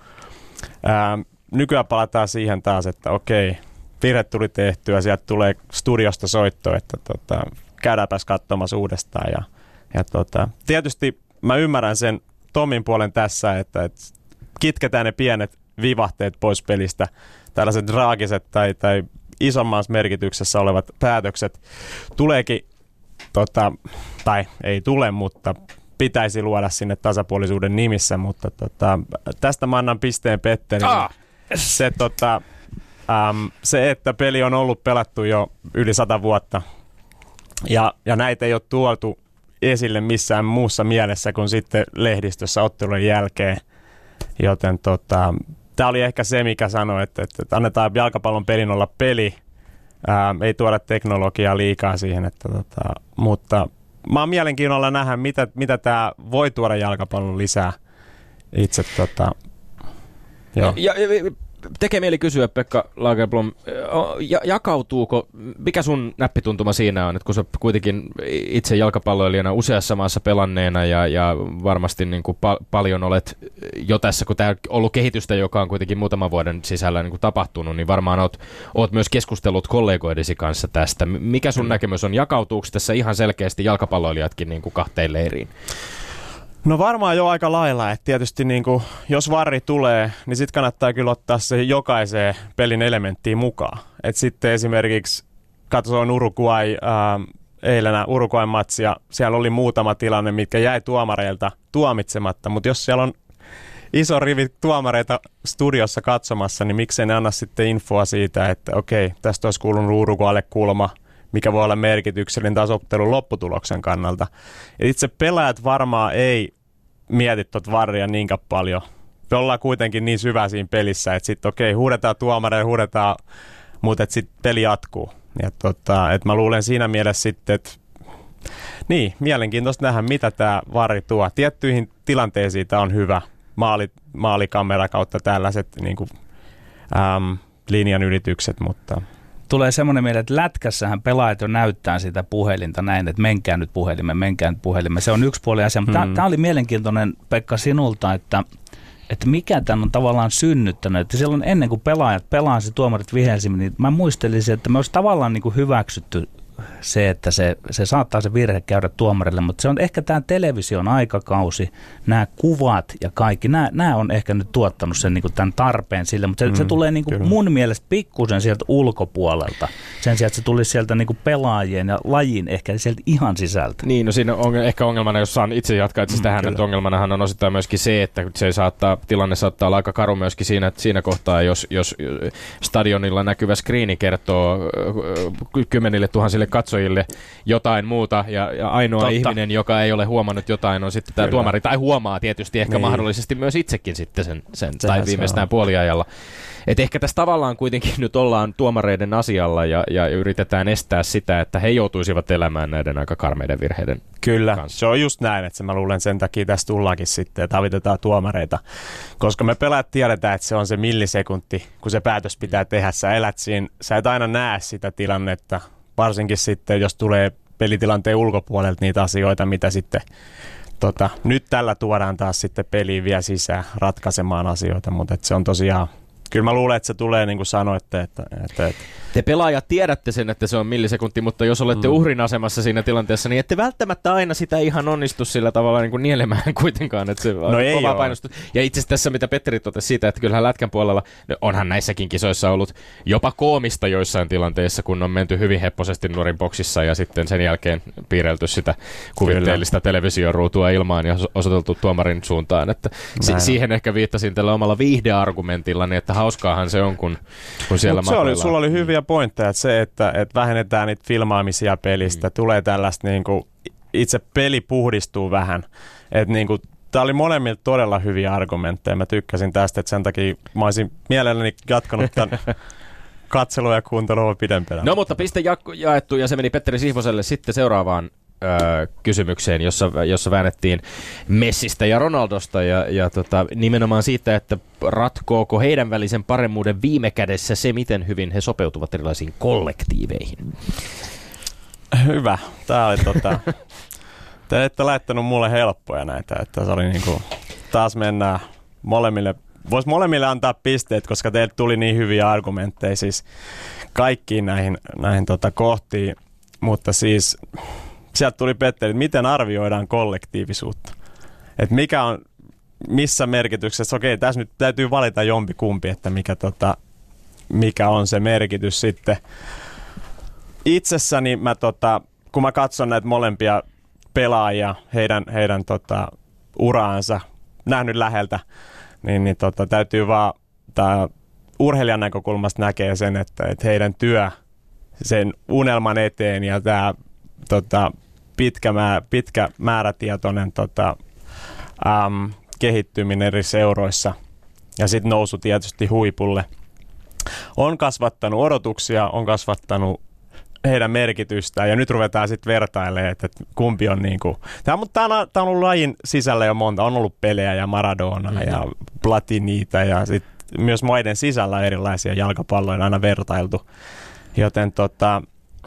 S4: Ää, nykyään palataan siihen taas, että okei, virhe tuli tehtyä, sieltä tulee studiosta soitto, että tota, käydäänpäs katsomassa uudestaan. Ja, ja tota, tietysti mä ymmärrän sen Tomin puolen tässä, että, että kitketään ne pienet vivahteet pois pelistä, tällaiset draagiset tai, tai isommassa merkityksessä olevat päätökset tuleekin, tota, tai ei tule, mutta pitäisi luoda sinne tasapuolisuuden nimissä, mutta tota, tästä mä annan pisteen Petterille. Ah, yes. se, tota, äm, se, että peli on ollut pelattu jo yli sata vuotta ja, ja näitä ei ole tuotu esille missään muussa mielessä kuin sitten lehdistössä ottelun jälkeen, joten tota, tämä oli ehkä se, mikä sanoi, että, että annetaan jalkapallon pelin olla peli, ää, ei tuoda teknologiaa liikaa siihen, että, tota, mutta mä oon mielenkiinnolla nähdä, mitä, mitä tämä voi tuoda jalkapallon lisää itse. Tota,
S3: joo. Ja, ja, tekee mieli kysyä, Pekka Lagerblom, jakautuuko, mikä sun näppituntuma siinä on, että kun sä kuitenkin itse jalkapalloilijana useassa maassa pelanneena ja, ja varmasti niin kuin pa- paljon olet jo tässä, kun tämä on ollut kehitystä, joka on kuitenkin muutaman vuoden sisällä niin kuin tapahtunut, niin varmaan oot, oot myös keskustellut kollegoidesi kanssa tästä. Mikä sun mm. näkemys on, jakautuuko tässä ihan selkeästi jalkapalloilijatkin niin kuin kahteen leiriin?
S4: No varmaan jo aika lailla, että tietysti niin kuin, jos varri tulee, niin sitten kannattaa kyllä ottaa se jokaiseen pelin elementtiin mukaan. Et sitten esimerkiksi katsoin Uruguay ää, eilenä Uruguayn matsia, siellä oli muutama tilanne, mitkä jäi tuomareilta tuomitsematta, mutta jos siellä on iso rivi tuomareita studiossa katsomassa, niin miksei ne anna sitten infoa siitä, että okei, tästä olisi kuulunut Uruguaylle kulma, mikä voi olla merkityksellinen taas ottelun lopputuloksen kannalta. Et itse pelaajat varmaan ei mieti tuota varria niinkään paljon. Me ollaan kuitenkin niin syvä siinä pelissä, että sitten okei, huudetaan tuomareja, huudetaan, mutta sitten peli jatkuu. Ja tota, et mä luulen siinä mielessä sitten, että niin, mielenkiintoista nähdä, mitä tämä varri tuo. Tiettyihin tilanteisiin tämä on hyvä. Maali, maalikamera kautta tällaiset niin kuin, äm, linjan ylitykset, mutta
S5: tulee semmoinen mieleen, että lätkässähän pelaajat jo näyttää sitä puhelinta näin, että menkää nyt puhelimeen, menkää nyt puhelimeen. Se on yksi puoli asia, mutta hmm. tämä oli mielenkiintoinen, Pekka, sinulta, että, että mikä tämän on tavallaan synnyttänyt. Että silloin ennen kuin pelaajat pelaa, se tuomarit vihelsi, niin mä muistelisin, että me olisi tavallaan niin kuin hyväksytty se, että se, se saattaa se virhe käydä tuomarille, mutta se on ehkä tämä television aikakausi, nämä kuvat ja kaikki, nämä, nämä on ehkä nyt tuottanut sen niin kuin tämän tarpeen sille, mutta se, mm, se tulee niin kuin mun mielestä pikkusen sieltä ulkopuolelta, sen sijaan, että se tulisi sieltä niin kuin pelaajien ja lajin ehkä sieltä ihan sisältä.
S3: Niin, no siinä on ehkä ongelmana, jos saan itse jatkaa itse tähän, mm, että ongelmanahan on osittain myöskin se, että se saattaa, tilanne saattaa olla aika karu myöskin siinä, siinä kohtaa, jos, jos stadionilla näkyvä screeni kertoo kymmenille tuhansille katsojille jotain muuta, ja, ja ainoa Totta. ihminen, joka ei ole huomannut jotain, on sitten tämä tuomari, tai huomaa tietysti ehkä niin. mahdollisesti myös itsekin sitten sen, sen tai viimeistään puoliajalla. Et ehkä tässä tavallaan kuitenkin nyt ollaan tuomareiden asialla ja, ja yritetään estää sitä, että he joutuisivat elämään näiden aika karmeiden virheiden
S4: Kyllä,
S3: kanssa.
S4: Se on just näin, että mä luulen sen takia tässä tullaankin sitten, että avitetaan tuomareita, koska me pelaat tiedetään, että se on se millisekunti, kun se päätös pitää tehdä. Sä elät siinä, sä et aina näe sitä tilannetta, varsinkin sitten, jos tulee pelitilanteen ulkopuolelta niitä asioita, mitä sitten tota, nyt tällä tuodaan taas sitten peliin vielä sisään ratkaisemaan asioita, mutta se on tosiaan, kyllä mä luulen, että se tulee niin kuin sanoitte, että, että, että
S3: te pelaajat tiedätte sen, että se on millisekunti, mutta jos olette mm. uhrin asemassa siinä tilanteessa, niin ette välttämättä aina sitä ihan onnistu sillä tavalla niin kuin nielemään kuitenkaan, että se on
S4: no
S3: kova painostus. Ja itse asiassa tässä, mitä Petteri totesi siitä, että kyllähän lätkän puolella, onhan näissäkin kisoissa ollut jopa koomista joissain tilanteissa, kun on menty hyvin hepposesti nuorin boksissa ja sitten sen jälkeen piirrelty sitä kuvitteellista televisioruutua ilmaan ja osoiteltu tuomarin suuntaan. Että si- siihen ehkä viittasin tällä omalla viihdeargumentillani, että hauskaahan se on, kun, kun siellä makoillaan.
S4: Sulla oli hyviä pointteja, että se, että, että vähennetään niitä filmaamisia pelistä, mm. tulee tällaista, niin kuin, itse peli puhdistuu vähän. Että niin kuin, tämä oli molemmilta todella hyviä argumentteja. Mä tykkäsin tästä, että sen takia mä olisin mielelläni jatkanut tämän katselua ja kuuntelua pidempään.
S3: No mutta piste jaettu ja se meni Petteri Sihvoselle sitten seuraavaan Öö, kysymykseen, jossa, jossa väännettiin Messistä ja Ronaldosta ja, ja tota, nimenomaan siitä, että ratkooko heidän välisen paremmuuden viime kädessä se, miten hyvin he sopeutuvat erilaisiin kollektiiveihin.
S4: Hyvä. Tämä oli tota, Te ette laittanut mulle helppoja näitä, että se oli niinku, taas mennään molemmille, vois molemmille antaa pisteet, koska teille tuli niin hyviä argumentteja siis kaikkiin näihin, näihin tota kohtiin, mutta siis sieltä tuli Petteri, että miten arvioidaan kollektiivisuutta, että mikä on, missä merkityksessä, okei tässä nyt täytyy valita jompi kumpi, että mikä, tota, mikä on se merkitys sitten. Itsessäni mä tota, kun mä katson näitä molempia pelaajia, heidän, heidän tota, uraansa, nähnyt läheltä, niin, niin tota, täytyy vaan, tää urheilijan näkökulmasta näkee sen, että, että heidän työ sen unelman eteen ja tämä tota, pitkä, mä, pitkä määrätietoinen tota, äm, kehittyminen eri seuroissa ja sitten nousu tietysti huipulle on kasvattanut odotuksia, on kasvattanut heidän merkitystään ja nyt ruvetaan sitten vertailemaan, että kumpi on niinku, tämä on, tämä on ollut lajin sisällä jo monta, on ollut pelejä ja Maradonaa mm-hmm. ja Platiniita ja sitten myös maiden sisällä erilaisia jalkapalloja aina vertailtu, joten tota,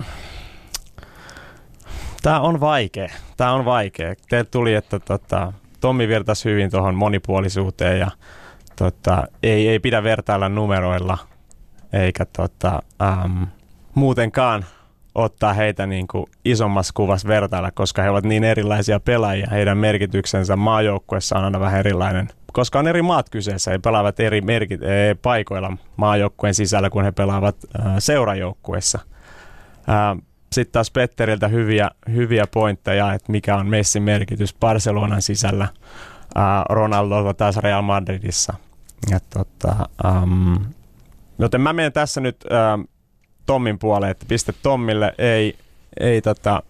S4: tämä on vaikea, tämä on vaikea. Teille tuli, että tota, Tommi vertasi hyvin tuohon monipuolisuuteen ja tota, ei, ei pidä vertailla numeroilla eikä tota, ähm, muutenkaan ottaa heitä niin kuin isommassa kuvassa vertailla, koska he ovat niin erilaisia pelaajia. Heidän merkityksensä maajoukkuessa on aina vähän erilainen, koska on eri maat kyseessä. He pelaavat eri merkit- paikoilla maajoukkueen sisällä, kun he pelaavat äh, seurajoukkuessa. Äh, Sitten taas Petteriltä hyviä, hyviä pointteja, että mikä on Messin merkitys Barcelonan sisällä, äh, Ronaldo taas Real Madridissa. Ja, tota, ähm, joten mä menen tässä nyt äh, Tommin puoleen, että piste Tommille ei, ei tota,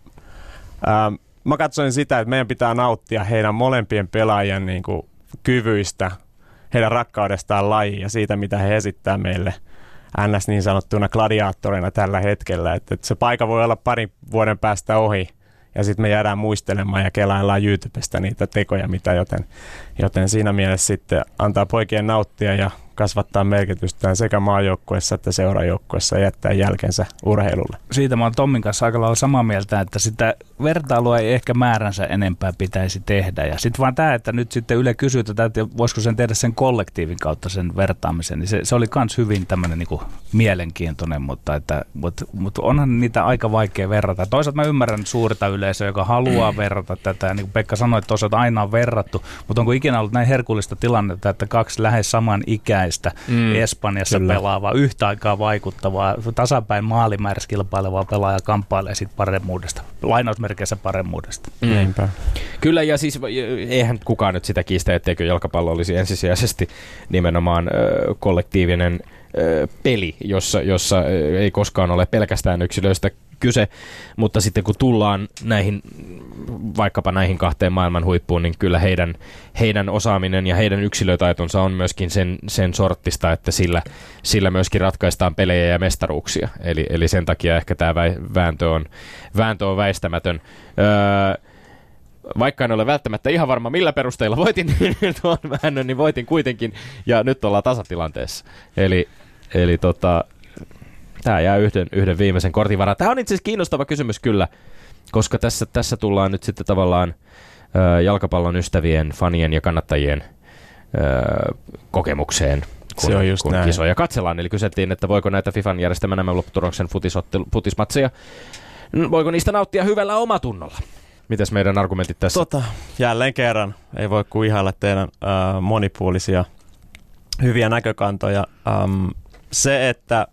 S4: ää, mä katsoin sitä, että meidän pitää nauttia heidän molempien pelaajien niin kuin, kyvyistä, heidän rakkaudestaan lajiin ja siitä, mitä he esittää meille ns. Niin sanottuna gladiaattorina tällä hetkellä, että, että se paikka voi olla parin vuoden päästä ohi ja sitten me jäädään muistelemaan ja kelaillaan YouTubesta niitä tekoja, mitä joten, joten siinä mielessä sitten antaa poikien nauttia ja kasvattaa merkitystään sekä maajoukkuessa että seurajoukkuessa ja jättää jälkensä urheilulle.
S5: Siitä mä oon Tommin kanssa aika lailla samaa mieltä, että sitä vertailua ei ehkä määränsä enempää pitäisi tehdä. Ja sitten vaan tämä, että nyt sitten Yle kysyy tätä, että voisiko sen tehdä sen kollektiivin kautta sen vertaamisen, niin se, se oli myös hyvin tämmöinen niinku mielenkiintoinen, mutta, että, mutta, mutta onhan niitä aika vaikea verrata. Toisaalta mä ymmärrän suurta yleisöä, joka haluaa verrata tätä, ja niin kuin Pekka sanoi, että toisaalta aina on verrattu, mutta onko ikinä ollut näin herkullista tilannetta, että kaksi lähes saman ikäistä Mm, Espanjassa kyllä. pelaavaa, yhtä aikaa vaikuttavaa, tasapäin maalimäärässä kilpailevaa pelaajaa kamppailee siitä paremmuudesta, lainausmerkeissä paremmuudesta.
S3: Mm. Niinpä. Kyllä, ja siis eihän kukaan nyt sitä kiistä, etteikö jalkapallo olisi ensisijaisesti nimenomaan ö, kollektiivinen ö, peli, jossa, jossa ei koskaan ole pelkästään yksilöistä kyse, mutta sitten kun tullaan näihin, vaikkapa näihin kahteen maailman huippuun, niin kyllä heidän, heidän osaaminen ja heidän yksilötaitonsa on myöskin sen, sen sorttista, että sillä, sillä myöskin ratkaistaan pelejä ja mestaruuksia. Eli, eli sen takia ehkä tämä vääntö on, vääntö on väistämätön. Öö, vaikka en ole välttämättä ihan varma, millä perusteilla voitin tuon väännön, niin voitin kuitenkin, ja nyt ollaan tasatilanteessa. Eli, eli tota... Tämä jää yhden, yhden viimeisen kortin varaan. Tämä on itse asiassa kiinnostava kysymys kyllä, koska tässä, tässä tullaan nyt sitten tavallaan ö, jalkapallon ystävien, fanien ja kannattajien ö, kokemukseen, kun, kun kisoja katsellaan. Eli kyseltiin, että voiko näitä FIFAn järjestämän nämä lopputuroksen futismatseja, voiko niistä nauttia hyvällä omatunnolla? Mitäs meidän argumentit tässä?
S4: Tota, jälleen kerran ei voi kuin ihailla teidän äh, monipuolisia hyviä näkökantoja. Ähm, se, että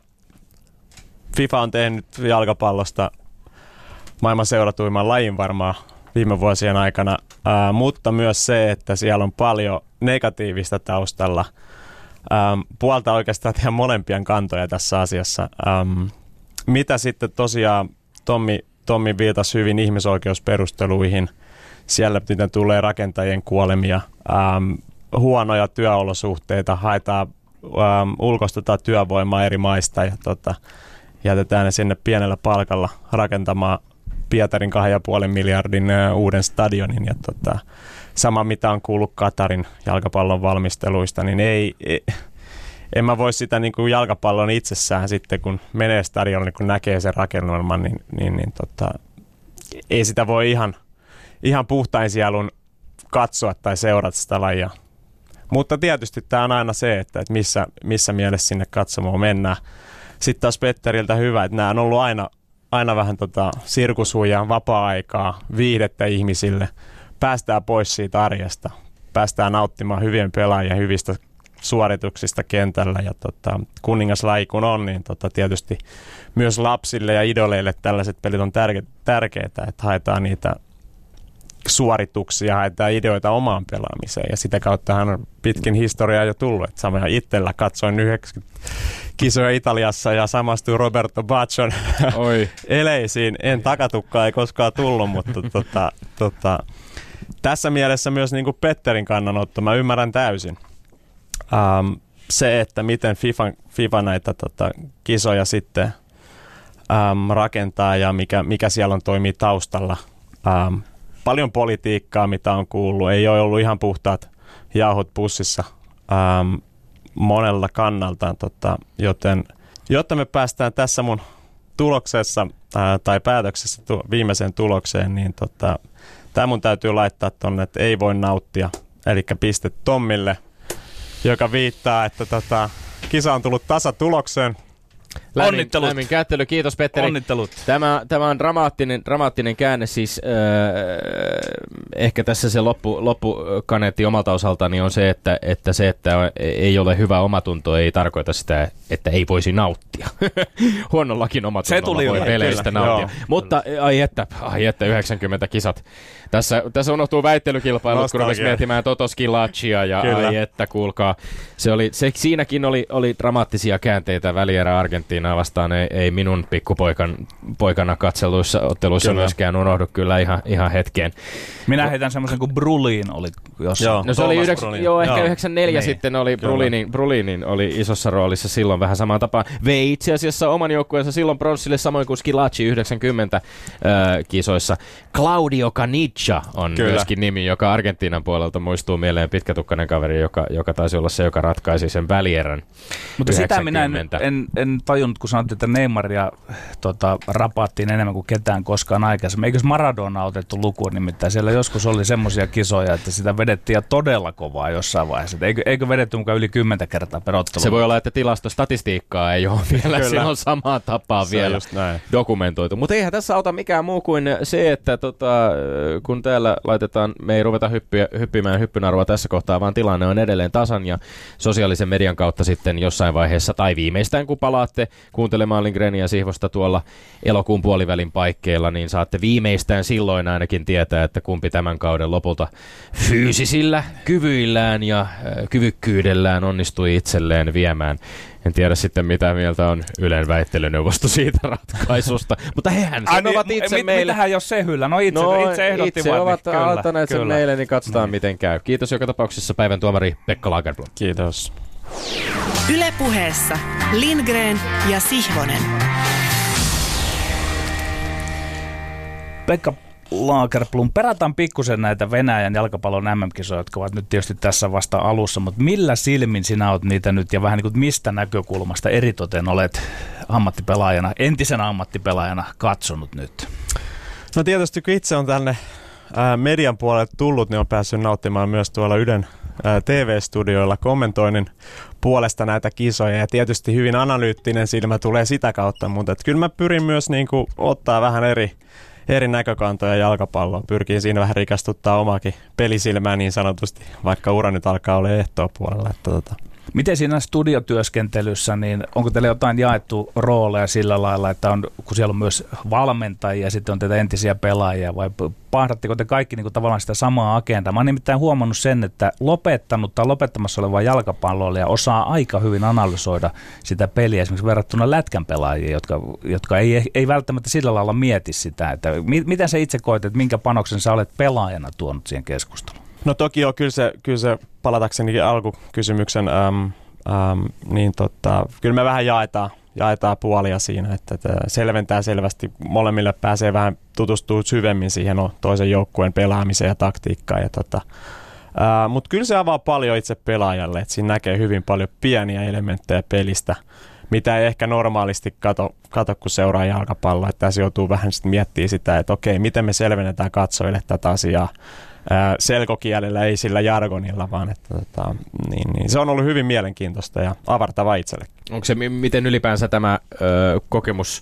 S4: FIFA on tehnyt jalkapallosta maailman seuratuimman lajin varmaan viime vuosien aikana, ää, mutta myös se, että siellä on paljon negatiivista taustalla. Ähm, puolta oikeastaan tehdä molempien kantoja tässä asiassa. Ähm, mitä sitten tosiaan Tommi, Tommi viitasi hyvin ihmisoikeusperusteluihin. Siellä miten tulee rakentajien kuolemia, ähm, huonoja työolosuhteita, haetaan, ähm, ulkoistetaan työvoimaa eri maista ja tota, jätetään ne sinne pienellä palkalla rakentamaan Pietarin kahden pilkku viiden miljardin uh, uuden stadionin. Ja tota, sama mitä on kuullut Katarin jalkapallon valmisteluista, niin ei, ei, en mä voi sitä niin kuin jalkapallon itsessään sitten, kun menee stadionille, kun näkee sen rakennelman, niin, niin, niin tota, ei sitä voi ihan, ihan puhtain sielun katsoa tai seurata sitä lajia. Mutta tietysti tämä on aina se, että, että missä, missä mielessä sinne katsomaan mennään. Sitten taas Petteriltä hyvä, että nämä on ollut aina, aina vähän tota sirkushuijaa, vapaa-aikaa, viihdettä ihmisille. Päästään pois siitä arjesta, päästään nauttimaan hyvien pelaajien hyvistä suorituksista kentällä. Ja tota, kuningaslaji kun on, niin tota, tietysti myös lapsille ja idoleille tällaiset pelit on tärke- tärkeitä, että haetaan niitä suorituksia, haetaan ideoita omaan pelaamiseen. Ja sitä kautta hän on pitkin historiaa jo tullut. Että samoin itsellä katsoin yhdeksänkymmentä kisoja Italiassa ja samastui Roberto Baggio'n eleisiin. En takatukkaa ei koskaan tullut, mutta tota, tota, tässä mielessä myös niin kuin Petterin kannanotto, mä ymmärrän täysin. Um, se, että miten FIFA, FIFA näitä tota, kisoja sitten um, rakentaa ja mikä, mikä siellä on toimii taustalla. Um, paljon politiikkaa, mitä on kuullut. Ei ole ollut ihan puhtaat jauhot pussissa um, monella kannalta, tota, joten jotta me päästään tässä mun tuloksessa ää, tai päätöksessä tu- viimeiseen tulokseen, niin tota, tämä mun täytyy laittaa tonne, että ei voi nauttia, eli piste Tommille, joka viittaa, että tota, kisa on tullut tasatulokseen.
S3: Lämmin,
S5: Onnittelut.
S3: lämmin kättely. Kiitos Petteri.
S5: Onnittelut.
S3: Tämä, tämä on dramaattinen, dramaattinen käänne, siis äh, ehkä tässä se loppu, loppukaneetti omalta osaltani on se, että, että se, että ei ole hyvä omatunto, ei tarkoita sitä, että ei voisi nauttia. Huonollakin omatunnolla voi peleistä kyllä, nauttia. Joo. Mutta ai että, ai että yhdeksänkymmentä kisat. Tässä, tässä unohtuu väittelykilpailut, Nostalgia. Kun rupesi miettimään Toto Skilaccia ja kyllä. Ai että, kuulkaa. Se oli, se, siinäkin oli, oli dramaattisia käänteitä välierä Argentiinaa vastaan. Ei, ei minun pikkupoikan poikana katselluissa otteluissa kyllä. myöskään unohdu kyllä ihan, ihan hetkeen.
S5: Minä heitän semmoisen kuin Brulin oli jossain.
S3: Joo, no se oli yhdeksän, joo, ehkä yhdeksänkymmentäneljä niin. Sitten oli Brulinin, Brulinin oli isossa roolissa silloin vähän samaan tapaan. Vei itse asiassa oman joukkueensa silloin pronssille samoin kuin Skilacci yhdeksänkymmentä äh, kisoissa. Claudio Caniggia on kyllä. myöskin nimi, joka Argentiinan puolelta muistuu mieleen, pitkätukkainen kaveri, joka, joka taisi olla se, joka ratkaisi sen välierän.
S5: Mutta sitä minä en, en, en tajunnut, kun sanottiin, että Neymaria tota, rapattiin enemmän kuin ketään koskaan aikaisemmin. Eikös Maradona otettu lukuun nimittäin? Siellä joskus oli semmoisia kisoja, että sitä vedettiin ja todella kovaa jossain vaiheessa. Eikö, eikö vedetty mukaan yli kymmentä kertaa per ottelu?
S3: Se voi olla, että tilastostatistiikkaa ei ole vielä silloin samaa tapaa se vielä dokumentoitu. Mutta eihän tässä auta mikään muu kuin se, että tota, kun täällä laitetaan, me ei ruveta hyppiä, hyppimään hyppynarvoa tässä kohtaa, vaan tilanne on edelleen tasan ja sosiaalisen median kautta sitten jossain vaiheessa tai viimeistään kun palaatte kuuntelemaan Lindgrenia ja Sihvosta tuolla elokuun puolivälin paikkeilla, niin saatte viimeistään silloin ainakin tietää, että kumpi tämän kauden lopulta fyysisillä kyvyillään ja äh, kyvykkyydellään onnistui itselleen viemään. En tiedä sitten mitä mieltä on Ylen väittelyneuvosto siitä ratkaisusta, mutta hehän sanovat itse mit, meille.
S5: Mitähän jos se hyllä? No itse, no, itse ehdottivat.
S3: Itse ovat niin, antaneet sen meille, niin katsotaan no. miten käy. Kiitos joka tapauksessa päivän tuomari Pekka Lagerblom.
S4: Kiitos.
S1: Yle Puheessa Lindgren ja Sihvonen.
S5: Pekka Lagerblom, perataan pikkusen näitä Venäjän jalkapallon M M-kisoja, jotka ovat nyt tietysti tässä vasta alussa, mutta millä silmin sinä olet niitä nyt ja vähän niin kuin mistä näkökulmasta eritoten olet ammattipelaajana, entisenä ammattipelaajana katsonut nyt?
S4: No tietysti kun itse on tänne ää, median puolelle tullut, niin on päässyt nauttimaan myös tuolla Ylen ää, T V-studioilla kommentoinnin puolesta näitä kisoja ja tietysti hyvin analyyttinen silmä tulee sitä kautta, mutta et kyllä mä pyrin myös niin kuin ottaa vähän eri eri näkökantoja jalkapalloon. Pyrkii siinä vähän rikastuttaa omaakin pelisilmää niin sanotusti, vaikka ura nyt alkaa olla ehtoa puolella. Että tota.
S5: Miten siinä studiotyöskentelyssä, niin onko teille jotain jaettu rooleja sillä lailla, että on, kun siellä on myös valmentajia ja sitten on teitä entisiä pelaajia, vai pahdatteko te kaikki niin kuin tavallaan sitä samaa agendaa? Mä oon nimittäin huomannut sen, että lopettanut tai lopettamassa oleva jalkapalloilija osaa aika hyvin analysoida sitä peliä, esimerkiksi verrattuna lätkän pelaajiin, jotka, jotka ei, ei välttämättä sillä lailla mieti sitä, että mi, miten sä itse koet, että minkä panoksen sä olet pelaajana tuonut siihen keskusteluun?
S4: No toki on, kyllä se, kyllä se palatakseni alkukysymyksen, äm, äm, niin tota, kyllä me vähän jaetaan, jaetaan puolia siinä, että, että selventää selvästi, molemmille pääsee vähän tutustua syvemmin siihen toisen joukkueen pelaamiseen ja taktiikkaan. Ja tota, mutta kyllä se avaa paljon itse pelaajalle, että siinä näkee hyvin paljon pieniä elementtejä pelistä, mitä ei ehkä normaalisti kato, kato kun seuraa jalkapalloa. Että tässä joutuu vähän sitten miettimään sitä, että okei, miten me selvennetään katsojille tätä asiaa ää, selkokielellä, ei sillä jargonilla, vaan että, tota, niin, niin. Se on ollut hyvin mielenkiintoista ja avartava itsellekin.
S3: Onko se, miten ylipäänsä tämä ö, kokemus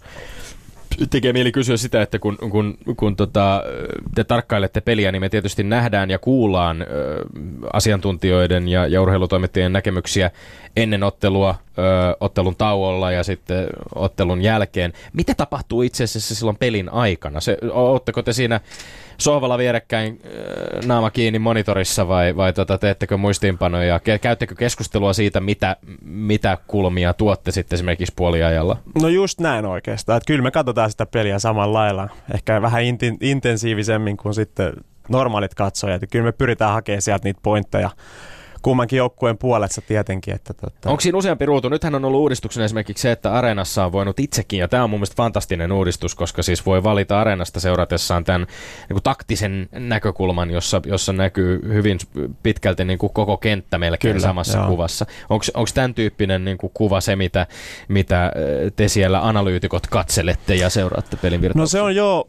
S3: tekee mieli kysyä sitä, että kun, kun, kun tota, te tarkkailette peliä, niin me tietysti nähdään ja kuullaan ö, asiantuntijoiden ja, ja urheilutoimittajien näkemyksiä ennen ottelua, ö, ottelun tauolla ja sitten ottelun jälkeen. Mitä tapahtuu itse asiassa silloin pelin aikana? Se, ootteko te siinä sohvalla vierekkäin äh, naama kiinni monitorissa vai, vai tota, teettekö muistiinpanoja? Käyttekö keskustelua siitä, mitä, mitä kulmia tuotte sitten esimerkiksi puoliajalla?
S4: No just näin oikeastaan. Että kyllä me katsotaan sitä peliä samalla lailla. Ehkä vähän inti- intensiivisemmin kuin sitten normaalit katsojat. Että kyllä me pyritään hakemaan sieltä niitä pointteja kummankin joukkueen puolesta tietenkin. Että tota...
S3: Onko siinä useampi ruutu? Nythän on ollut uudistuksena esimerkiksi se, että Areenassa on voinut itsekin, ja tämä on mun mielestä fantastinen uudistus, koska siis voi valita Areenasta seuratessaan tämän niin kuin taktisen näkökulman, jossa, jossa näkyy hyvin pitkälti niin kuin koko kenttä melkein Kyllä, samassa joo. kuvassa. Onko tämän tyyppinen niin kuin kuva se, mitä, mitä te siellä analyytikot katselette ja seuraatte pelin virtauksia?
S4: No se on jo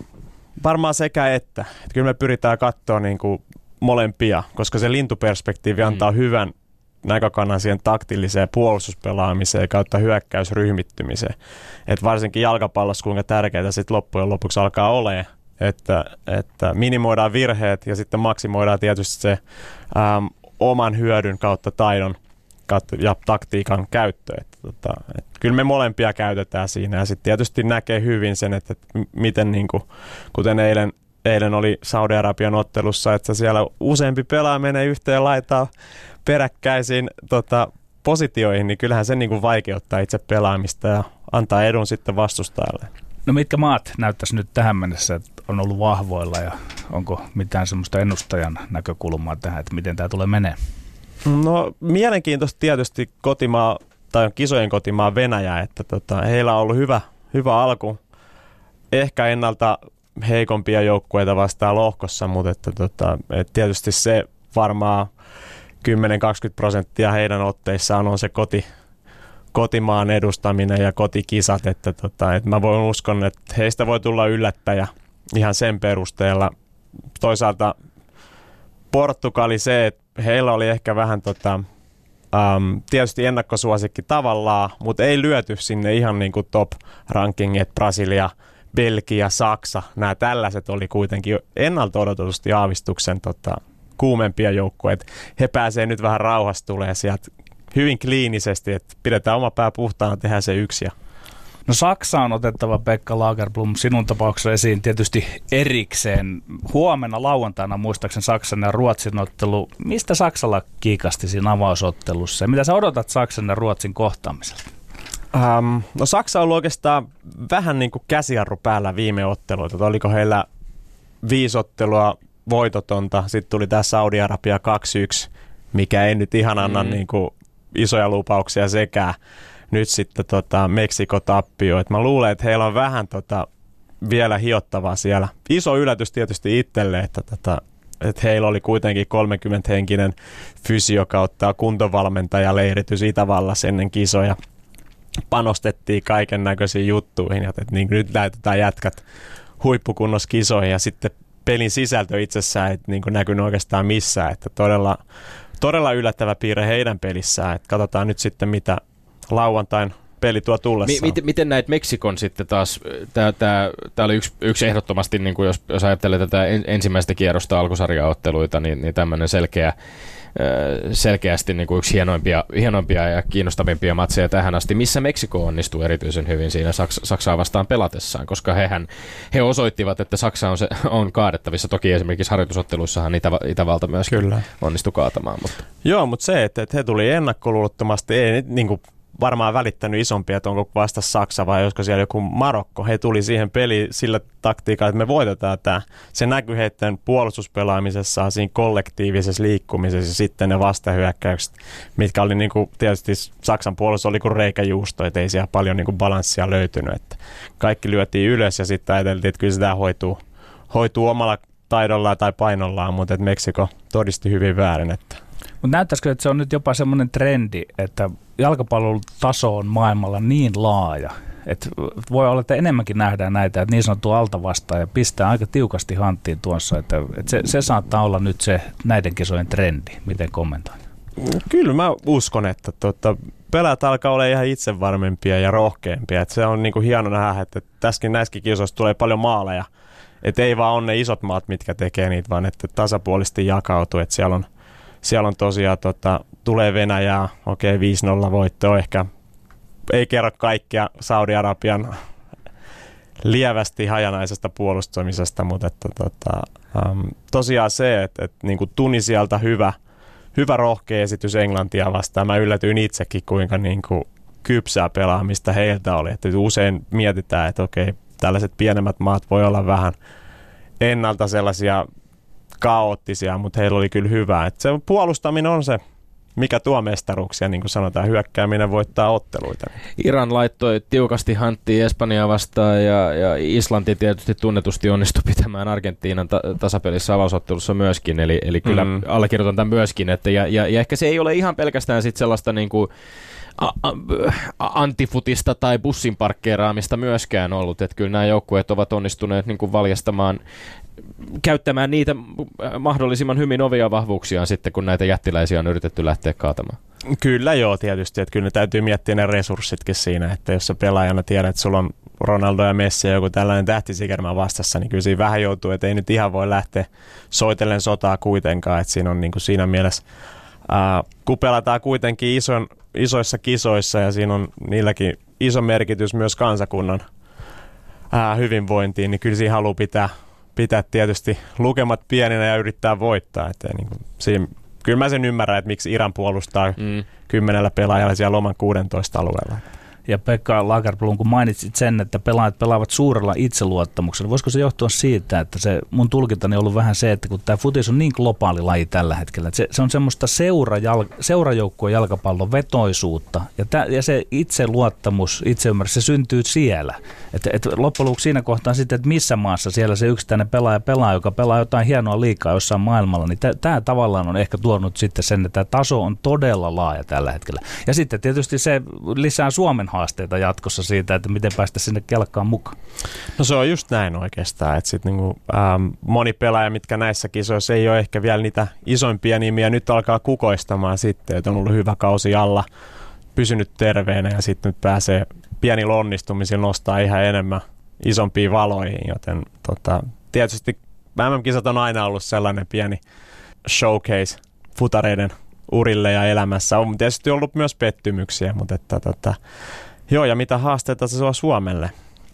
S4: varmaan sekä että. että kyllä me pyritään katsoa niin kuin molempia, koska se lintuperspektiivi antaa mm. hyvän näkökannan siihen taktilliseen puolustuspelaamiseen kautta hyökkäysryhmittymiseen. Et varsinkin jalkapallossa kuinka tärkeää sitten loppujen lopuksi alkaa olemaan, että, että minimoidaan virheet ja sitten maksimoidaan tietysti se äm, oman hyödyn kautta taidon kautta, ja taktiikan käyttö. Et, tota, et, kyllä me molempia käytetään siinä ja sitten tietysti näkee hyvin sen, että, että miten niin kuin, kuten eilen Eilen oli Saudi-Arabian ottelussa, että siellä useampi pelaaja menee yhteen laitaan peräkkäisiin tota, positioihin, niin kyllähän se niin kuin vaikeuttaa itse pelaamista ja antaa edun sitten vastustajalle.
S5: No mitkä maat näyttäisi nyt tähän mennessä, että on ollut vahvoilla ja onko mitään semmoista ennustajan näkökulmaa tähän, että miten tämä tulee menee?
S4: No mielenkiintoista tietysti kotimaa tai kisojen kotimaa Venäjä, että tota, heillä on ollut hyvä, hyvä alku. Ehkä ennalta heikompia joukkueita vastaan lohkossa, mutta että, tota, että tietysti se varmaan kymmenen kaksikymmentä prosenttia heidän otteissaan on se koti, kotimaan edustaminen ja kotikisat, että, tota, että mä voin uskon, että heistä voi tulla yllättäjä ihan sen perusteella. Toisaalta Portugali se, että heillä oli ehkä vähän tota, um, tietysti ennakkosuosikki tavallaan, mutta ei lyöty sinne ihan niin kuin top-ranking, että Brasilia, Belgia, Saksa, nämä tällaiset oli kuitenkin ennalta odotetusti aavistuksen tota, kuumempia joukkueita. He pääsee nyt vähän rauhassa tulee sieltä hyvin kliinisesti, että pidetään oma pää puhtaana, tehdään se yksi. Ja...
S5: No Saksa on otettava, Pekka Lagerblom, sinun tapauksessa esiin tietysti erikseen. Huomenna lauantaina muistaakseni Saksan ja Ruotsin ottelu. Mistä Saksalla kiikasti siinä avausottelussa ja mitä sä odotat Saksan ja Ruotsin kohtaamiselta?
S4: Um, no Saksa on ollut oikeastaan vähän niin kuin käsijarru päällä viime otteluita. Oliko heillä viisi ottelua voitotonta, sitten tuli tämä Saudi-Arabia kaksi yksi, mikä ei nyt ihan anna mm. niin kuin isoja lupauksia sekä nyt sitten tota Meksiko tappio. Et mä luulen, että heillä on vähän tota vielä hiottavaa siellä. Iso yllätys tietysti itselle, että, tota, että heillä oli kuitenkin kolmekymmentä henkinen fysio kautta kuntovalmentajaleiritys Itävallassa ennen kisoja. Panostettiin kaiken näköisiin juttuihin, että niin nyt lähetetään jätkät huippukunnossa kisoihin ja sitten pelin sisältö itsessään ei niin näkynyt oikeastaan missään, että todella, todella yllättävä piirre heidän pelissään, että katsotaan nyt sitten mitä lauantain peli tuo tullessaan.
S3: Miten, miten näet Meksikon sitten taas, tämä oli yksi, yksi ehdottomasti, niin kuin jos, jos ajattelee tätä ensimmäistä kierrosta alkusarjaotteluita, niin, niin tämmöinen selkeä selkeästi niin kuin yksi hienoimpia, hienoimpia ja kiinnostavimpia matseja tähän asti. Missä Meksiko onnistuu erityisen hyvin siinä Saks- Saksaa vastaan pelatessaan, koska hehän, he osoittivat, että Saksa on, se, on kaadettavissa. Toki esimerkiksi harjoitusotteluissahan Itä, Itävalta myös onnistui kaatamaan. Mutta.
S4: Joo, mutta se, että, että he tuli ennakkoluulottomasti, ei niin kuin varmaan välittänyt isompia, että onko vasta Saksa vai olisiko siellä joku Marokko. He tuli siihen peliin sillä taktiikalla, että me voitetaan tämä. Se näkyy heidän puolustuspelaamisessa, siinä kollektiivisessa liikkumisessa ja sitten ne vastahyökkäykset, mitkä oli niin kuin, tietysti Saksan puolustus oli kuin reikäjuusto, että ei siellä paljon niin kuin balanssia löytynyt. Että kaikki lyötiin ylös ja sitten ajateltiin, että kyllä sitä hoituu, hoituu omalla taidollaan tai painollaan, mutta että Meksiko todisti hyvin väärin. Että
S5: Mutta näyttäisikö, että se on nyt jopa semmoinen trendi, että jalkapallon taso on maailmalla niin laaja, että voi olla, että enemmänkin nähdään näitä, että niin sanottu altavastaaja pistää aika tiukasti hanttiin tuossa, että, että se, se saattaa olla nyt se näiden kisojen trendi. Miten kommentoin?
S4: Kyllä mä uskon, että tota, pelaajat alkaa olla ihan itsevarmempia ja rohkeampia. Että se on niinku hieno nähdä, että tässäkin näissäkin kisoissa tulee paljon maaleja. Että ei vaan ole ne isot maat, mitkä tekee niitä, vaan että tasapuolisesti jakautuu. Että siellä on, siellä on tosiaan, tota, tulee Venäjää, okei okay, viisi nolla voittoa ehkä. Ei kerro kaikkea Saudi-Arabian lievästi hajanaisesta puolustamisesta, mutta että, tota, ähm, tosiaan se, että, että niin kuin Tunisialta hyvä, hyvä rohkea esitys Englantia vastaan. Mä yllätyin itsekin, kuinka niin kuin kypsää pelaamista heiltä oli. Että usein mietitään, että okei, tällaiset pienemmät maat voi olla vähän ennalta sellaisia kaoottisia, mutta heillä oli kyllä hyvää. Että se puolustaminen on se, mikä tuo mestaruuksia, niin kuin sanotaan, hyökkääminen voittaa otteluita.
S3: Iran laittoi tiukasti hanttiin Espanjaa vastaan ja, ja Islanti tietysti tunnetusti onnistui pitämään Argentiinan ta- tasapelissä avausottelussa myöskin, eli, eli kyllä mm. allekirjoitan tämän myöskin, että ja, ja, ja ehkä se ei ole ihan pelkästään sit sellaista niin kuin A- a- antifutista tai bussin parkkeeraamista myöskään ollut, että kyllä nämä joukkueet ovat onnistuneet niin kuin valjastamaan, käyttämään niitä mahdollisimman hyvin ovia vahvuuksiaan sitten, kun näitä jättiläisiä on yritetty lähteä kaatamaan.
S4: Kyllä joo, tietysti, että kyllä ne täytyy miettiä ne resurssitkin siinä, että jos sä pelaajana tiedät, että sulla on Ronaldo ja Messi ja joku tällainen tähtisikermä vastassa, niin kyllä siinä vähän joutuu, että ei nyt ihan voi lähteä soitellen sotaa kuitenkaan, että siinä on niin kuin siinä mielessä, ää, kun pelataan kuitenkin ison isoissa kisoissa ja siinä on niilläkin iso merkitys myös kansakunnan ää, hyvinvointiin, niin kyllä siinä haluaa pitää, pitää tietysti lukemat pieninä ja yrittää voittaa. Että niin kuin, siinä, kyllä mä sen ymmärrän, että miksi Iran puolustaa mm. kymmenellä pelaajalla siellä oman kuusitoista alueella.
S5: Ja Pekka Lagerblom, kun mainitsit sen, että pelaajat pelaavat suurella itseluottamuksella, voisiko se johtua siitä, että se mun tulkintani on ollut vähän se, että kun tämä futis on niin globaali laji tällä hetkellä, että se, se on semmoista seurajal, seurajoukkueen jalkapallon vetoisuutta, ja, tä, ja se itseluottamus, itseymmärrys, se syntyy siellä. Että et loppujen lopuksi siinä kohtaa sitten, että missä maassa siellä se yksittäinen pelaaja pelaa, joka pelaa jotain hienoa liikaa jossain maailmalla, niin tämä tavallaan on ehkä tuonut sitten sen, että tämä taso on todella laaja tällä hetkellä. Ja sitten tietysti se lisää Suomen haasteita jatkossa siitä, että miten päästä sinne kelkkaan mukaan.
S4: No se on just näin oikeastaan, että sitten niinku, ähm, moni pelaaja, mitkä näissä kisoissa ei ole ehkä vielä niitä isoimpia nimiä, nyt alkaa kukoistamaan sitten, että on ollut hyvä kausi alla, pysynyt terveenä ja sitten nyt pääsee pienillä onnistumisilla nostaa ihan enemmän isompiin valoihin, joten tota, tietysti M M-kisat on aina ollut sellainen pieni showcase futareiden urille ja elämässä. On tietysti ollut myös pettymyksiä, mutta että, tota, joo, ja mitä haasteita se on Suomelle?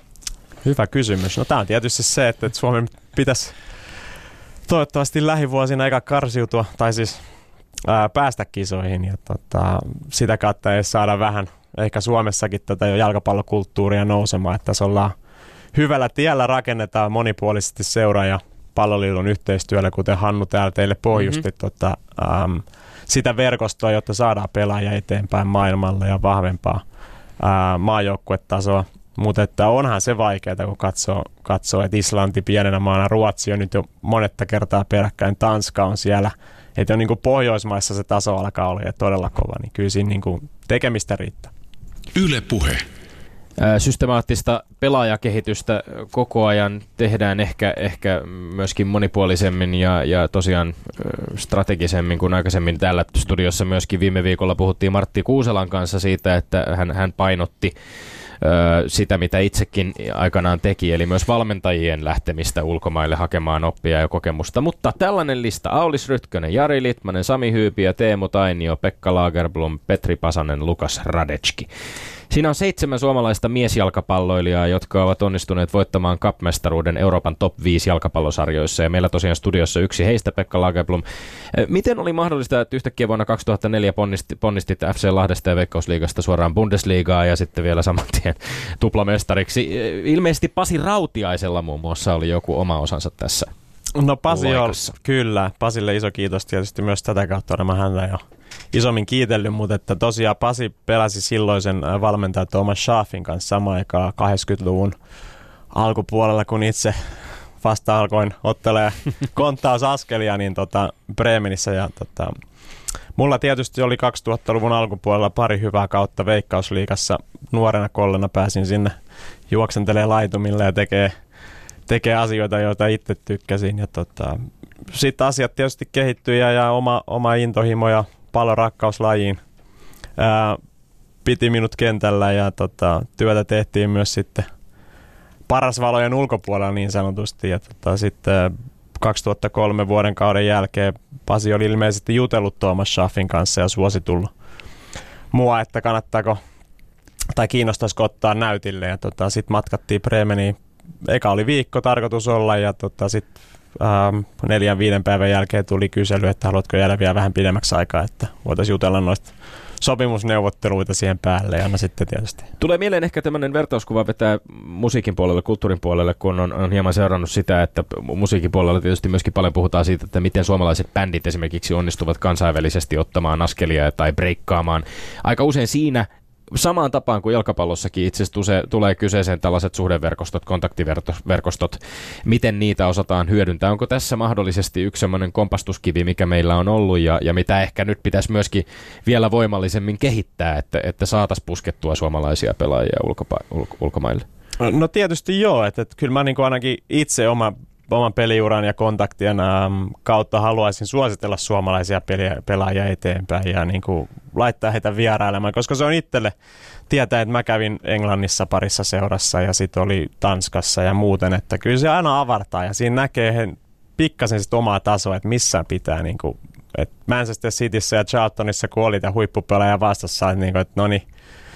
S4: Hyvä kysymys. No tämä on tietysti se, että Suomen pitäisi toivottavasti lähivuosina eikä karsiutua, tai siis ää, päästä kisoihin, ja tota, sitä kautta ei saada vähän ehkä Suomessakin tätä jo jalkapallokulttuuria nousemaan, että tässä ollaan hyvällä tiellä, rakennetaan monipuolisesti seura- ja palloliiton yhteistyöllä, kuten Hannu täällä teille pohjusti mm-hmm. tota, äm, sitä verkostoa, jotta saadaan pelaajia eteenpäin maailmalle ja vahvempaa ää, maajoukkuetasoa. Mutta että onhan se vaikeaa, kun katsoo, katsoo, että Islanti pienenä maana, Ruotsi on nyt jo monetta kertaa peräkkäin, Tanska on siellä. Että on niin kuin Pohjoismaissa se taso alkaa olla todella kova, niin kyllä siinä niin kuin tekemistä riittää.
S2: Yle Puhe.
S3: Systemaattista pelaajakehitystä koko ajan tehdään ehkä, ehkä myöskin monipuolisemmin ja, ja tosiaan strategisemmin kuin aikaisemmin. Täällä studiossa myöskin viime viikolla puhuttiin Martti Kuuselan kanssa siitä, että hän, hän painotti ö, sitä, mitä itsekin aikanaan teki, eli myös valmentajien lähtemistä ulkomaille hakemaan oppia ja kokemusta. Mutta tällainen lista: Aulis Rytkönen, Jari Litmanen, Sami Hyypiä, Teemu Tainio, Pekka Lagerblom, Petri Pasanen, Lukas Radecki. Siinä on seitsemän suomalaista miesjalkapalloilijaa, jotka ovat onnistuneet voittamaan cup-mestaruuden Euroopan top viisi jalkapallosarjoissa, ja meillä tosiaan studiossa yksi heistä, Pekka Lagerblom. Miten oli mahdollista, että yhtäkkiä vuonna kaksituhattaneljä ponnistit, ponnistit F C Lahdesta ja Veikkausliigasta suoraan Bundesliigaan ja sitten vielä saman tien tuplamestariksi? Ilmeisesti Pasi Rautiaisella muun muassa oli joku oma osansa tässä.
S4: No Pasi on, kyllä. Pasille iso kiitos tietysti myös tätä kautta, olen hänellä jo isommin kiitellyt, mutta että tosiaan Pasi pelasi silloisen valmentaja Thomas Schaafin kanssa samaan aikaan kahdeksankymmentäluvun alkupuolella, kun itse vasta alkoin ottelee konttausaskelia niin tota Bremenissä, ja tota, Mulla tietysti oli kaksituhattaluvun alkupuolella pari hyvää kautta Veikkausliigassa. Nuorena kollena pääsin sinne juoksentelemaan laitumille ja tekee, tekee asioita, joita itse tykkäsin. Ja tota, sitten asiat tietysti kehittyi ja, ja oma, oma intohimo ja paljon rakkaus lajiin ää, piti minut kentällä ja tota, työtä tehtiin myös sitten parasvalojen ulkopuolella niin sanotusti. Ja tota, sitten kaksituhattakolme vuoden kauden jälkeen Pasi oli ilmeisesti jutellut Thomas Schaffin kanssa ja suositullut mua, että kannattaako tai kiinnostaisiko ottaa näytille. Ja tota, sitten matkattiin Bremeniin. Eka oli viikko tarkoitus olla ja tota, sitten ähm, neljän viiden päivän jälkeen tuli kysely, että haluatko jäädä vielä vähän pidemmäksi aikaa, että voitaisiin jutella noista sopimusneuvotteluita siihen päälle ja no sitten tietysti.
S3: Tulee mieleen ehkä tämmöinen vertauskuva vetää musiikin puolelle, kulttuurin puolelle, kun on, on hieman seurannut sitä, että musiikin puolella tietysti myöskin paljon puhutaan siitä, että miten suomalaiset bändit esimerkiksi onnistuvat kansainvälisesti ottamaan askelia tai breikkaamaan. Aika usein siinä samaan tapaan kuin jalkapallossakin itse asiassa tulee kyseeseen tällaiset suhdeverkostot, kontaktiverkostot, miten niitä osataan hyödyntää. Onko tässä mahdollisesti yksi semmoinen kompastuskivi, mikä meillä on ollut ja, ja mitä ehkä nyt pitäisi myöskin vielä voimallisemmin kehittää, että, että saataisiin puskettua suomalaisia pelaajia ulkopa- ulko- ulkomaille?
S4: No tietysti joo, että, että kyllä mä niin kuin ainakin itse oma, oman peliuran ja kontaktien äm, kautta haluaisin suositella suomalaisia peliä, pelaajia eteenpäin ja niin kuin laittaa heitä vierailemaan, koska se on itselle tietää, että mä kävin Englannissa parissa seurassa ja sitten oli Tanskassa ja muuten, että kyllä se aina avartaa ja siinä näkee he pikkasen sit omaa tasoa, että missä pitää, niin kuin, että Manchester Cityssä ja Charltonissa kun oli tämä huippupelaaja vastassa, että, niin kuin, että no niin,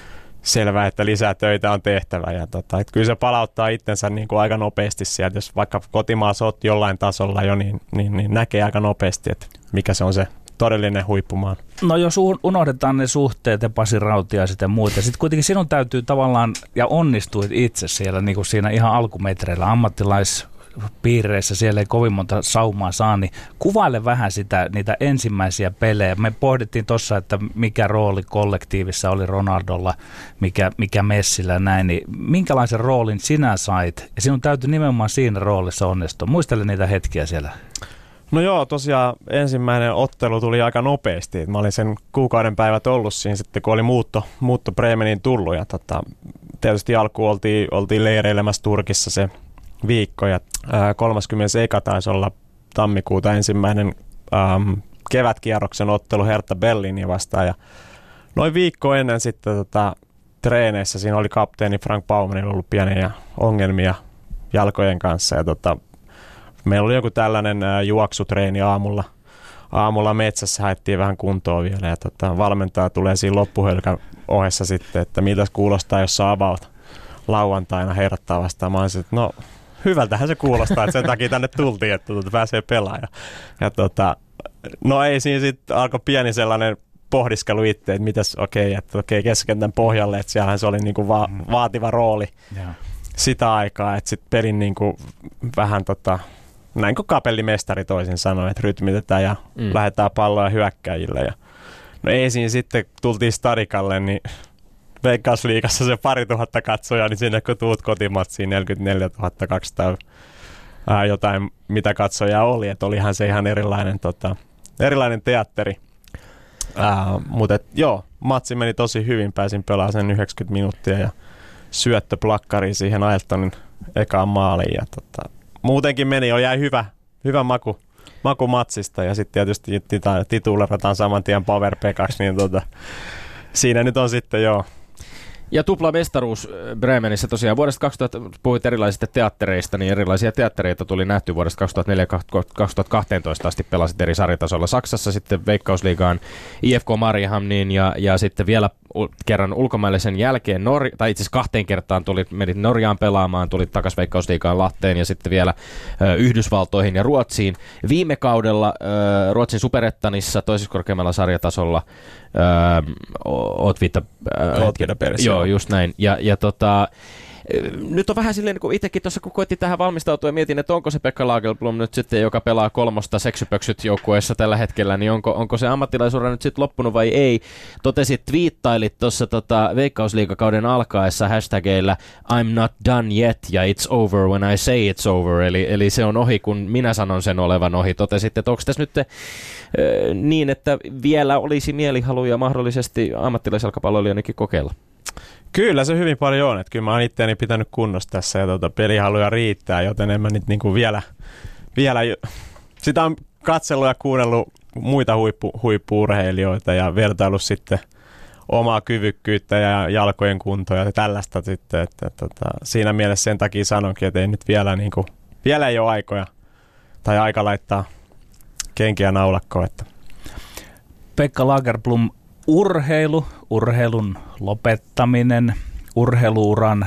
S4: selvä, että lisää töitä on tehtävä ja tota, että kyllä se palauttaa itsensä niin kuin aika nopeasti sieltä, jos vaikka kotimaassa olet jollain tasolla jo, niin, niin, niin näkee aika nopeasti, että mikä se on se todellinen huippumaan.
S5: No jos unohdetaan ne suhteet ja Pasi Rautiaiset ja muut, ja sitten kuitenkin sinun täytyy tavallaan, ja onnistuit itse siellä niin kuin siinä ihan alkumetreillä ammattilaispiireissä, siellä ei kovin monta saumaa saa, niin kuvaile vähän sitä, niitä ensimmäisiä pelejä. Me pohdittiin tuossa, että mikä rooli kollektiivissa oli Ronaldolla, mikä, mikä Messillä ja näin, niin minkälaisen roolin sinä sait, ja sinun täytyy nimenomaan siinä roolissa onnistua. Muistele niitä hetkiä siellä.
S4: No joo, tosiaan ensimmäinen ottelu tuli aika nopeasti. Mä olin sen kuukauden päivät ollut siinä sitten, kun oli muutto, muutto Bremeniin tullut. Ja tota, tietysti alkuun oltiin, oltiin leireilemässä Turkissa se viikko. Ja ää, kolmaskymmenes taisi olla tammikuuta ensimmäinen äm, kevätkierroksen ottelu Hertha Berlinia vastaan. Ja noin viikko ennen sitten tota, treeneissä siinä oli kapteeni Frank Baumanilla ollut pieniä ongelmia jalkojen kanssa. Ja tota, meillä oli joku tällainen ä, juoksutreeni aamulla, aamulla metsässä, haettiin vähän kuntoa vielä ja tota, valmentaja tulee siinä loppuhölkän ohessa sitten, että miltä kuulostaa, jos sä avaut lauantaina Herthaa vastaan. Mä olisin, että no hyvältähän se kuulostaa, että sen takia tänne tultiin, että tota, pääsee pelaamaan. Ja tota, no ei siinä sitten alkoi pieni sellainen pohdiskelu itse, että mitäs okei, okay, että okei okay, keskentän pohjalle, että siellähän se oli niinku va- vaativa rooli yeah. sitä aikaa, että sitten pelin niinku vähän tota näin kuin kapellimestari toisin sanoi, että rytmitetään ja mm. lähdetään palloja hyökkäjille. Ja no ei siinä sitten tultiin Stadikalle, niin Veikkausliigassa se pari tuhatta katsojaa, niin sinne kun tuut kotimatsiin neljäkymmentäneljätuhatta kaksisataa ää, jotain, mitä katsojaa oli, että olihan se ihan erilainen, tota, erilainen teatteri. Ää, mutta et, joo, matsi meni tosi hyvin, pääsin pelaamaan sen yhdeksänkymmentä minuuttia ja syöttö plakkariin siihen Ailtonin ekaan maaliin ja tota, muutenkin meni, jo jäi hyvä, hyvä maku, maku matsista ja sitten tietysti tituulerataan saman tien Power Pekaksi, niin tota, siinä nyt on sitten joo.
S3: Ja tupla mestaruus Bremenissä tosiaan. Vuodesta kaksituhatta, puhuit erilaisista teattereista, niin erilaisia teattereita tuli nähty vuodesta kaksituhattaneljä kaksituhattakaksitoista asti pelasit eri sarjatasolla. Saksassa sitten Veikkausliigaan I F K Mariehamniin ja, ja sitten vielä kerran ulkomaille sen jälkeen, Nor- tai itse asiassa kahteen kertaan tulit, menit Norjaan pelaamaan, tulit takaisin Veikkausliigaan Lahteen ja sitten vielä ö, Yhdysvaltoihin ja Ruotsiin. Viime kaudella ö, Ruotsin Superettanissa toisessa korkeammalla sarjatasolla ö, oot Vita...
S4: Oot Vita Persi.
S3: Joo, just näin. Ja, ja tota... Nyt on vähän silleen, kun itsekin tuossa kun koitti tähän valmistautua ja mietin, että onko se Pekka Lagerblom nyt sitten, joka pelaa kolmosta seksypöksyt joukkueessa tällä hetkellä, niin onko, onko se ammattilaisuura nyt sitten loppunut vai ei? Totesit, twiittailit tuossa tota, Veikkausliigakauden alkaessa hashtageilla I'm not done yet ja it's over when I say it's over, eli, eli se on ohi, kun minä sanon sen olevan ohi. Totesit, että onko tässä nyt te, äh, niin, että vielä olisi mielihaluja mahdollisesti ammattilaisjalkapalloilijoidenkin kokeilla?
S4: Kyllä se hyvin paljon on, että kyllä mä oon itseäni pitänyt kunnossa tässä ja tuota, pelihaluja riittää, joten en mä nyt niinku vielä, vielä, sitä on katsellut ja kuunnellut muita huippu, huippu-urheilijoita ja vertaillut sitten omaa kyvykkyyttä ja jalkojen kuntoa ja tällaista sitten, että, että, että siinä mielessä sen takia sanonkin, että ei nyt vielä, niinku, vielä ei ole aikoja tai aika laittaa kenkiä naulakkoon. Että.
S5: Pekka Lagerblom, urheilu, urheilun lopettaminen, urheiluuran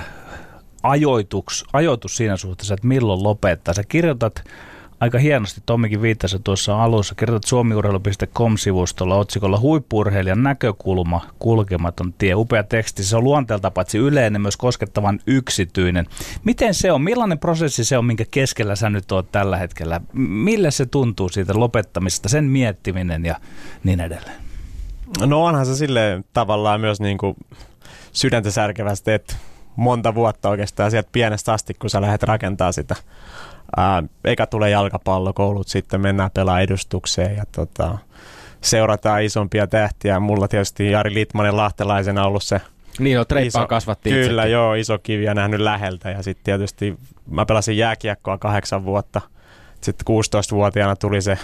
S5: ajoitus, ajoitus siinä suhteessa, että milloin lopettaa. Sä kirjoitat aika hienosti, Tommikin viittasi tuossa alussa, kirjoitat suomiurheilu piste com-sivustolla otsikolla Huippu-urheilijan näkökulma, kulkematon tie. Upea teksti, se on luonteelta paitsi yleinen, myös koskettavan yksityinen. Miten se on? Millainen prosessi se on, minkä keskellä sä nyt oot tällä hetkellä? Millä se tuntuu siitä lopettamisesta, sen miettiminen ja niin edelleen?
S4: No onhan se silleen tavallaan myös niin kuin sydäntä särkevästi, että monta vuotta oikeastaan sieltä pienestä asti, kun sä lähdet rakentamaan sitä. Ää, eikä tule jalkapallokoulut, sitten mennään pelaamaan edustukseen ja tota, seurataan isompia tähtiä. Mulla tietysti Jari Litmanen lahtelaisena ollut se
S3: niin on, Treippaan kasvattiin
S4: Kyllä,
S3: itsekin.
S4: joo, iso kivi ja nähnyt läheltä. Ja sitten tietysti mä pelasin jääkiekkoa kahdeksan vuotta. Sitten kuusitoistavuotiaana tuli se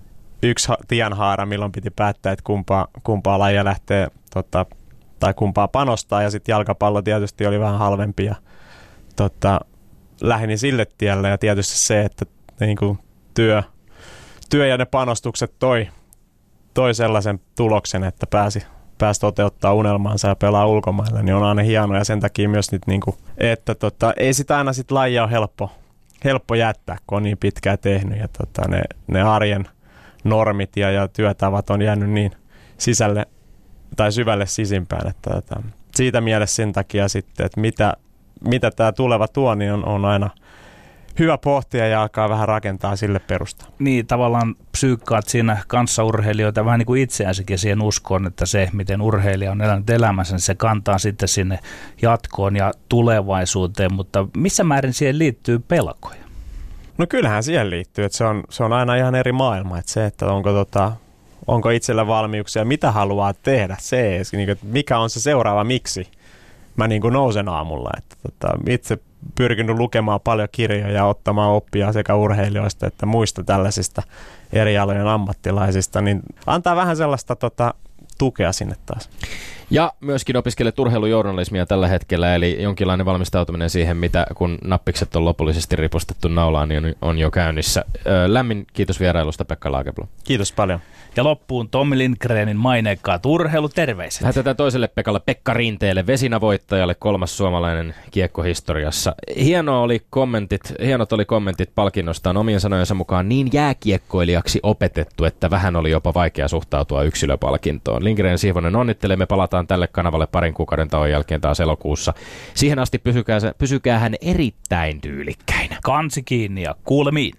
S4: yksi tienhaara, milloin piti päättää, että kumpaa, kumpaa lajia lähtee tota, tai kumpaa panostaa. Ja sitten jalkapallo tietysti oli vähän halvempi ja tota, lähdin sille tielle. Ja tietysti se, että niin kuin työ, työ ja ne panostukset toi, toi sellaisen tuloksen, että pääsi, pääsi toteuttaa unelmaansa ja pelaa ulkomaille, niin on aina hienoa. Ja sen takia myös nyt, niin kuin, että tota, ei sitä aina sit lajia ole helppo, helppo jättää, kun on niin pitkään tehnyt. Ja tota, ne, ne arjen normit ja, ja työtavat on jäänyt niin sisälle tai syvälle sisimpään, että, että siitä mielessä sen takia sitten, että mitä, mitä tämä tuleva tuo, niin on, on aina hyvä pohtia ja alkaa vähän rakentaa sille perustaa.
S5: Niin, tavallaan psyykkaat siinä kanssaurheilijoita vähän niin kuin itseänsäkin siihen uskoon, että se, miten urheilija on elänyt elämänsä, niin se kantaa sitten sinne jatkoon ja tulevaisuuteen, mutta missä määrin siihen liittyy pelkoja?
S4: No kyllähän siihen liittyy, että se on, se on aina ihan eri maailma, että se, että onko, tota, onko itsellä valmiuksia, mitä haluaa tehdä, se, että mikä on se seuraava miksi mä niin kuin nousen aamulla, että tota, itse pyrkinyt lukemaan paljon kirjoja ja ottamaan oppia sekä urheilijoista että muista tällaisista eri alojen ammattilaisista, niin antaa vähän sellaista tota, tukea sinne taas.
S3: Ja myöskin opiskelet urheilujournalismia tällä hetkellä, eli jonkinlainen valmistautuminen siihen, mitä kun nappikset on lopullisesti ripustettu naulaan, niin on jo käynnissä. Lämmin kiitos vierailusta, Pekka Lagerblom.
S4: Kiitos paljon.
S5: Ja loppuun Tommi Lindgrenin maineikkaat urheiluterveiset.
S3: Lähetetään toiselle Pekalle, Pekka Rinteelle, vesinavoittajalle, kolmas suomalainen kiekkohistoriassa. Hieno oli kommentit, hienot oli kommentit palkinnostaan, omien sanojensa mukaan niin jääkiekkoilijaksi opetettu, että vähän oli jopa vaikea suhtautua yksilöpalkintoon. Lindgren Sihvonen onnittelee, me palataan tälle kanavalle parin kuukauden tauon jälkeen taas elokuussa. Siihen asti pysykää, pysykää hän erittäin tyylikkäinä.
S5: Kansi kiinni ja kuulemiin.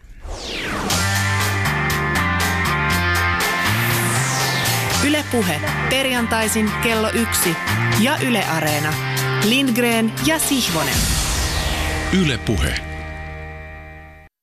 S1: Yle Puhe. Perjantaisin kello yksi ja Yle Areena. Lindgren ja Sihvonen.
S2: Yle Puhe.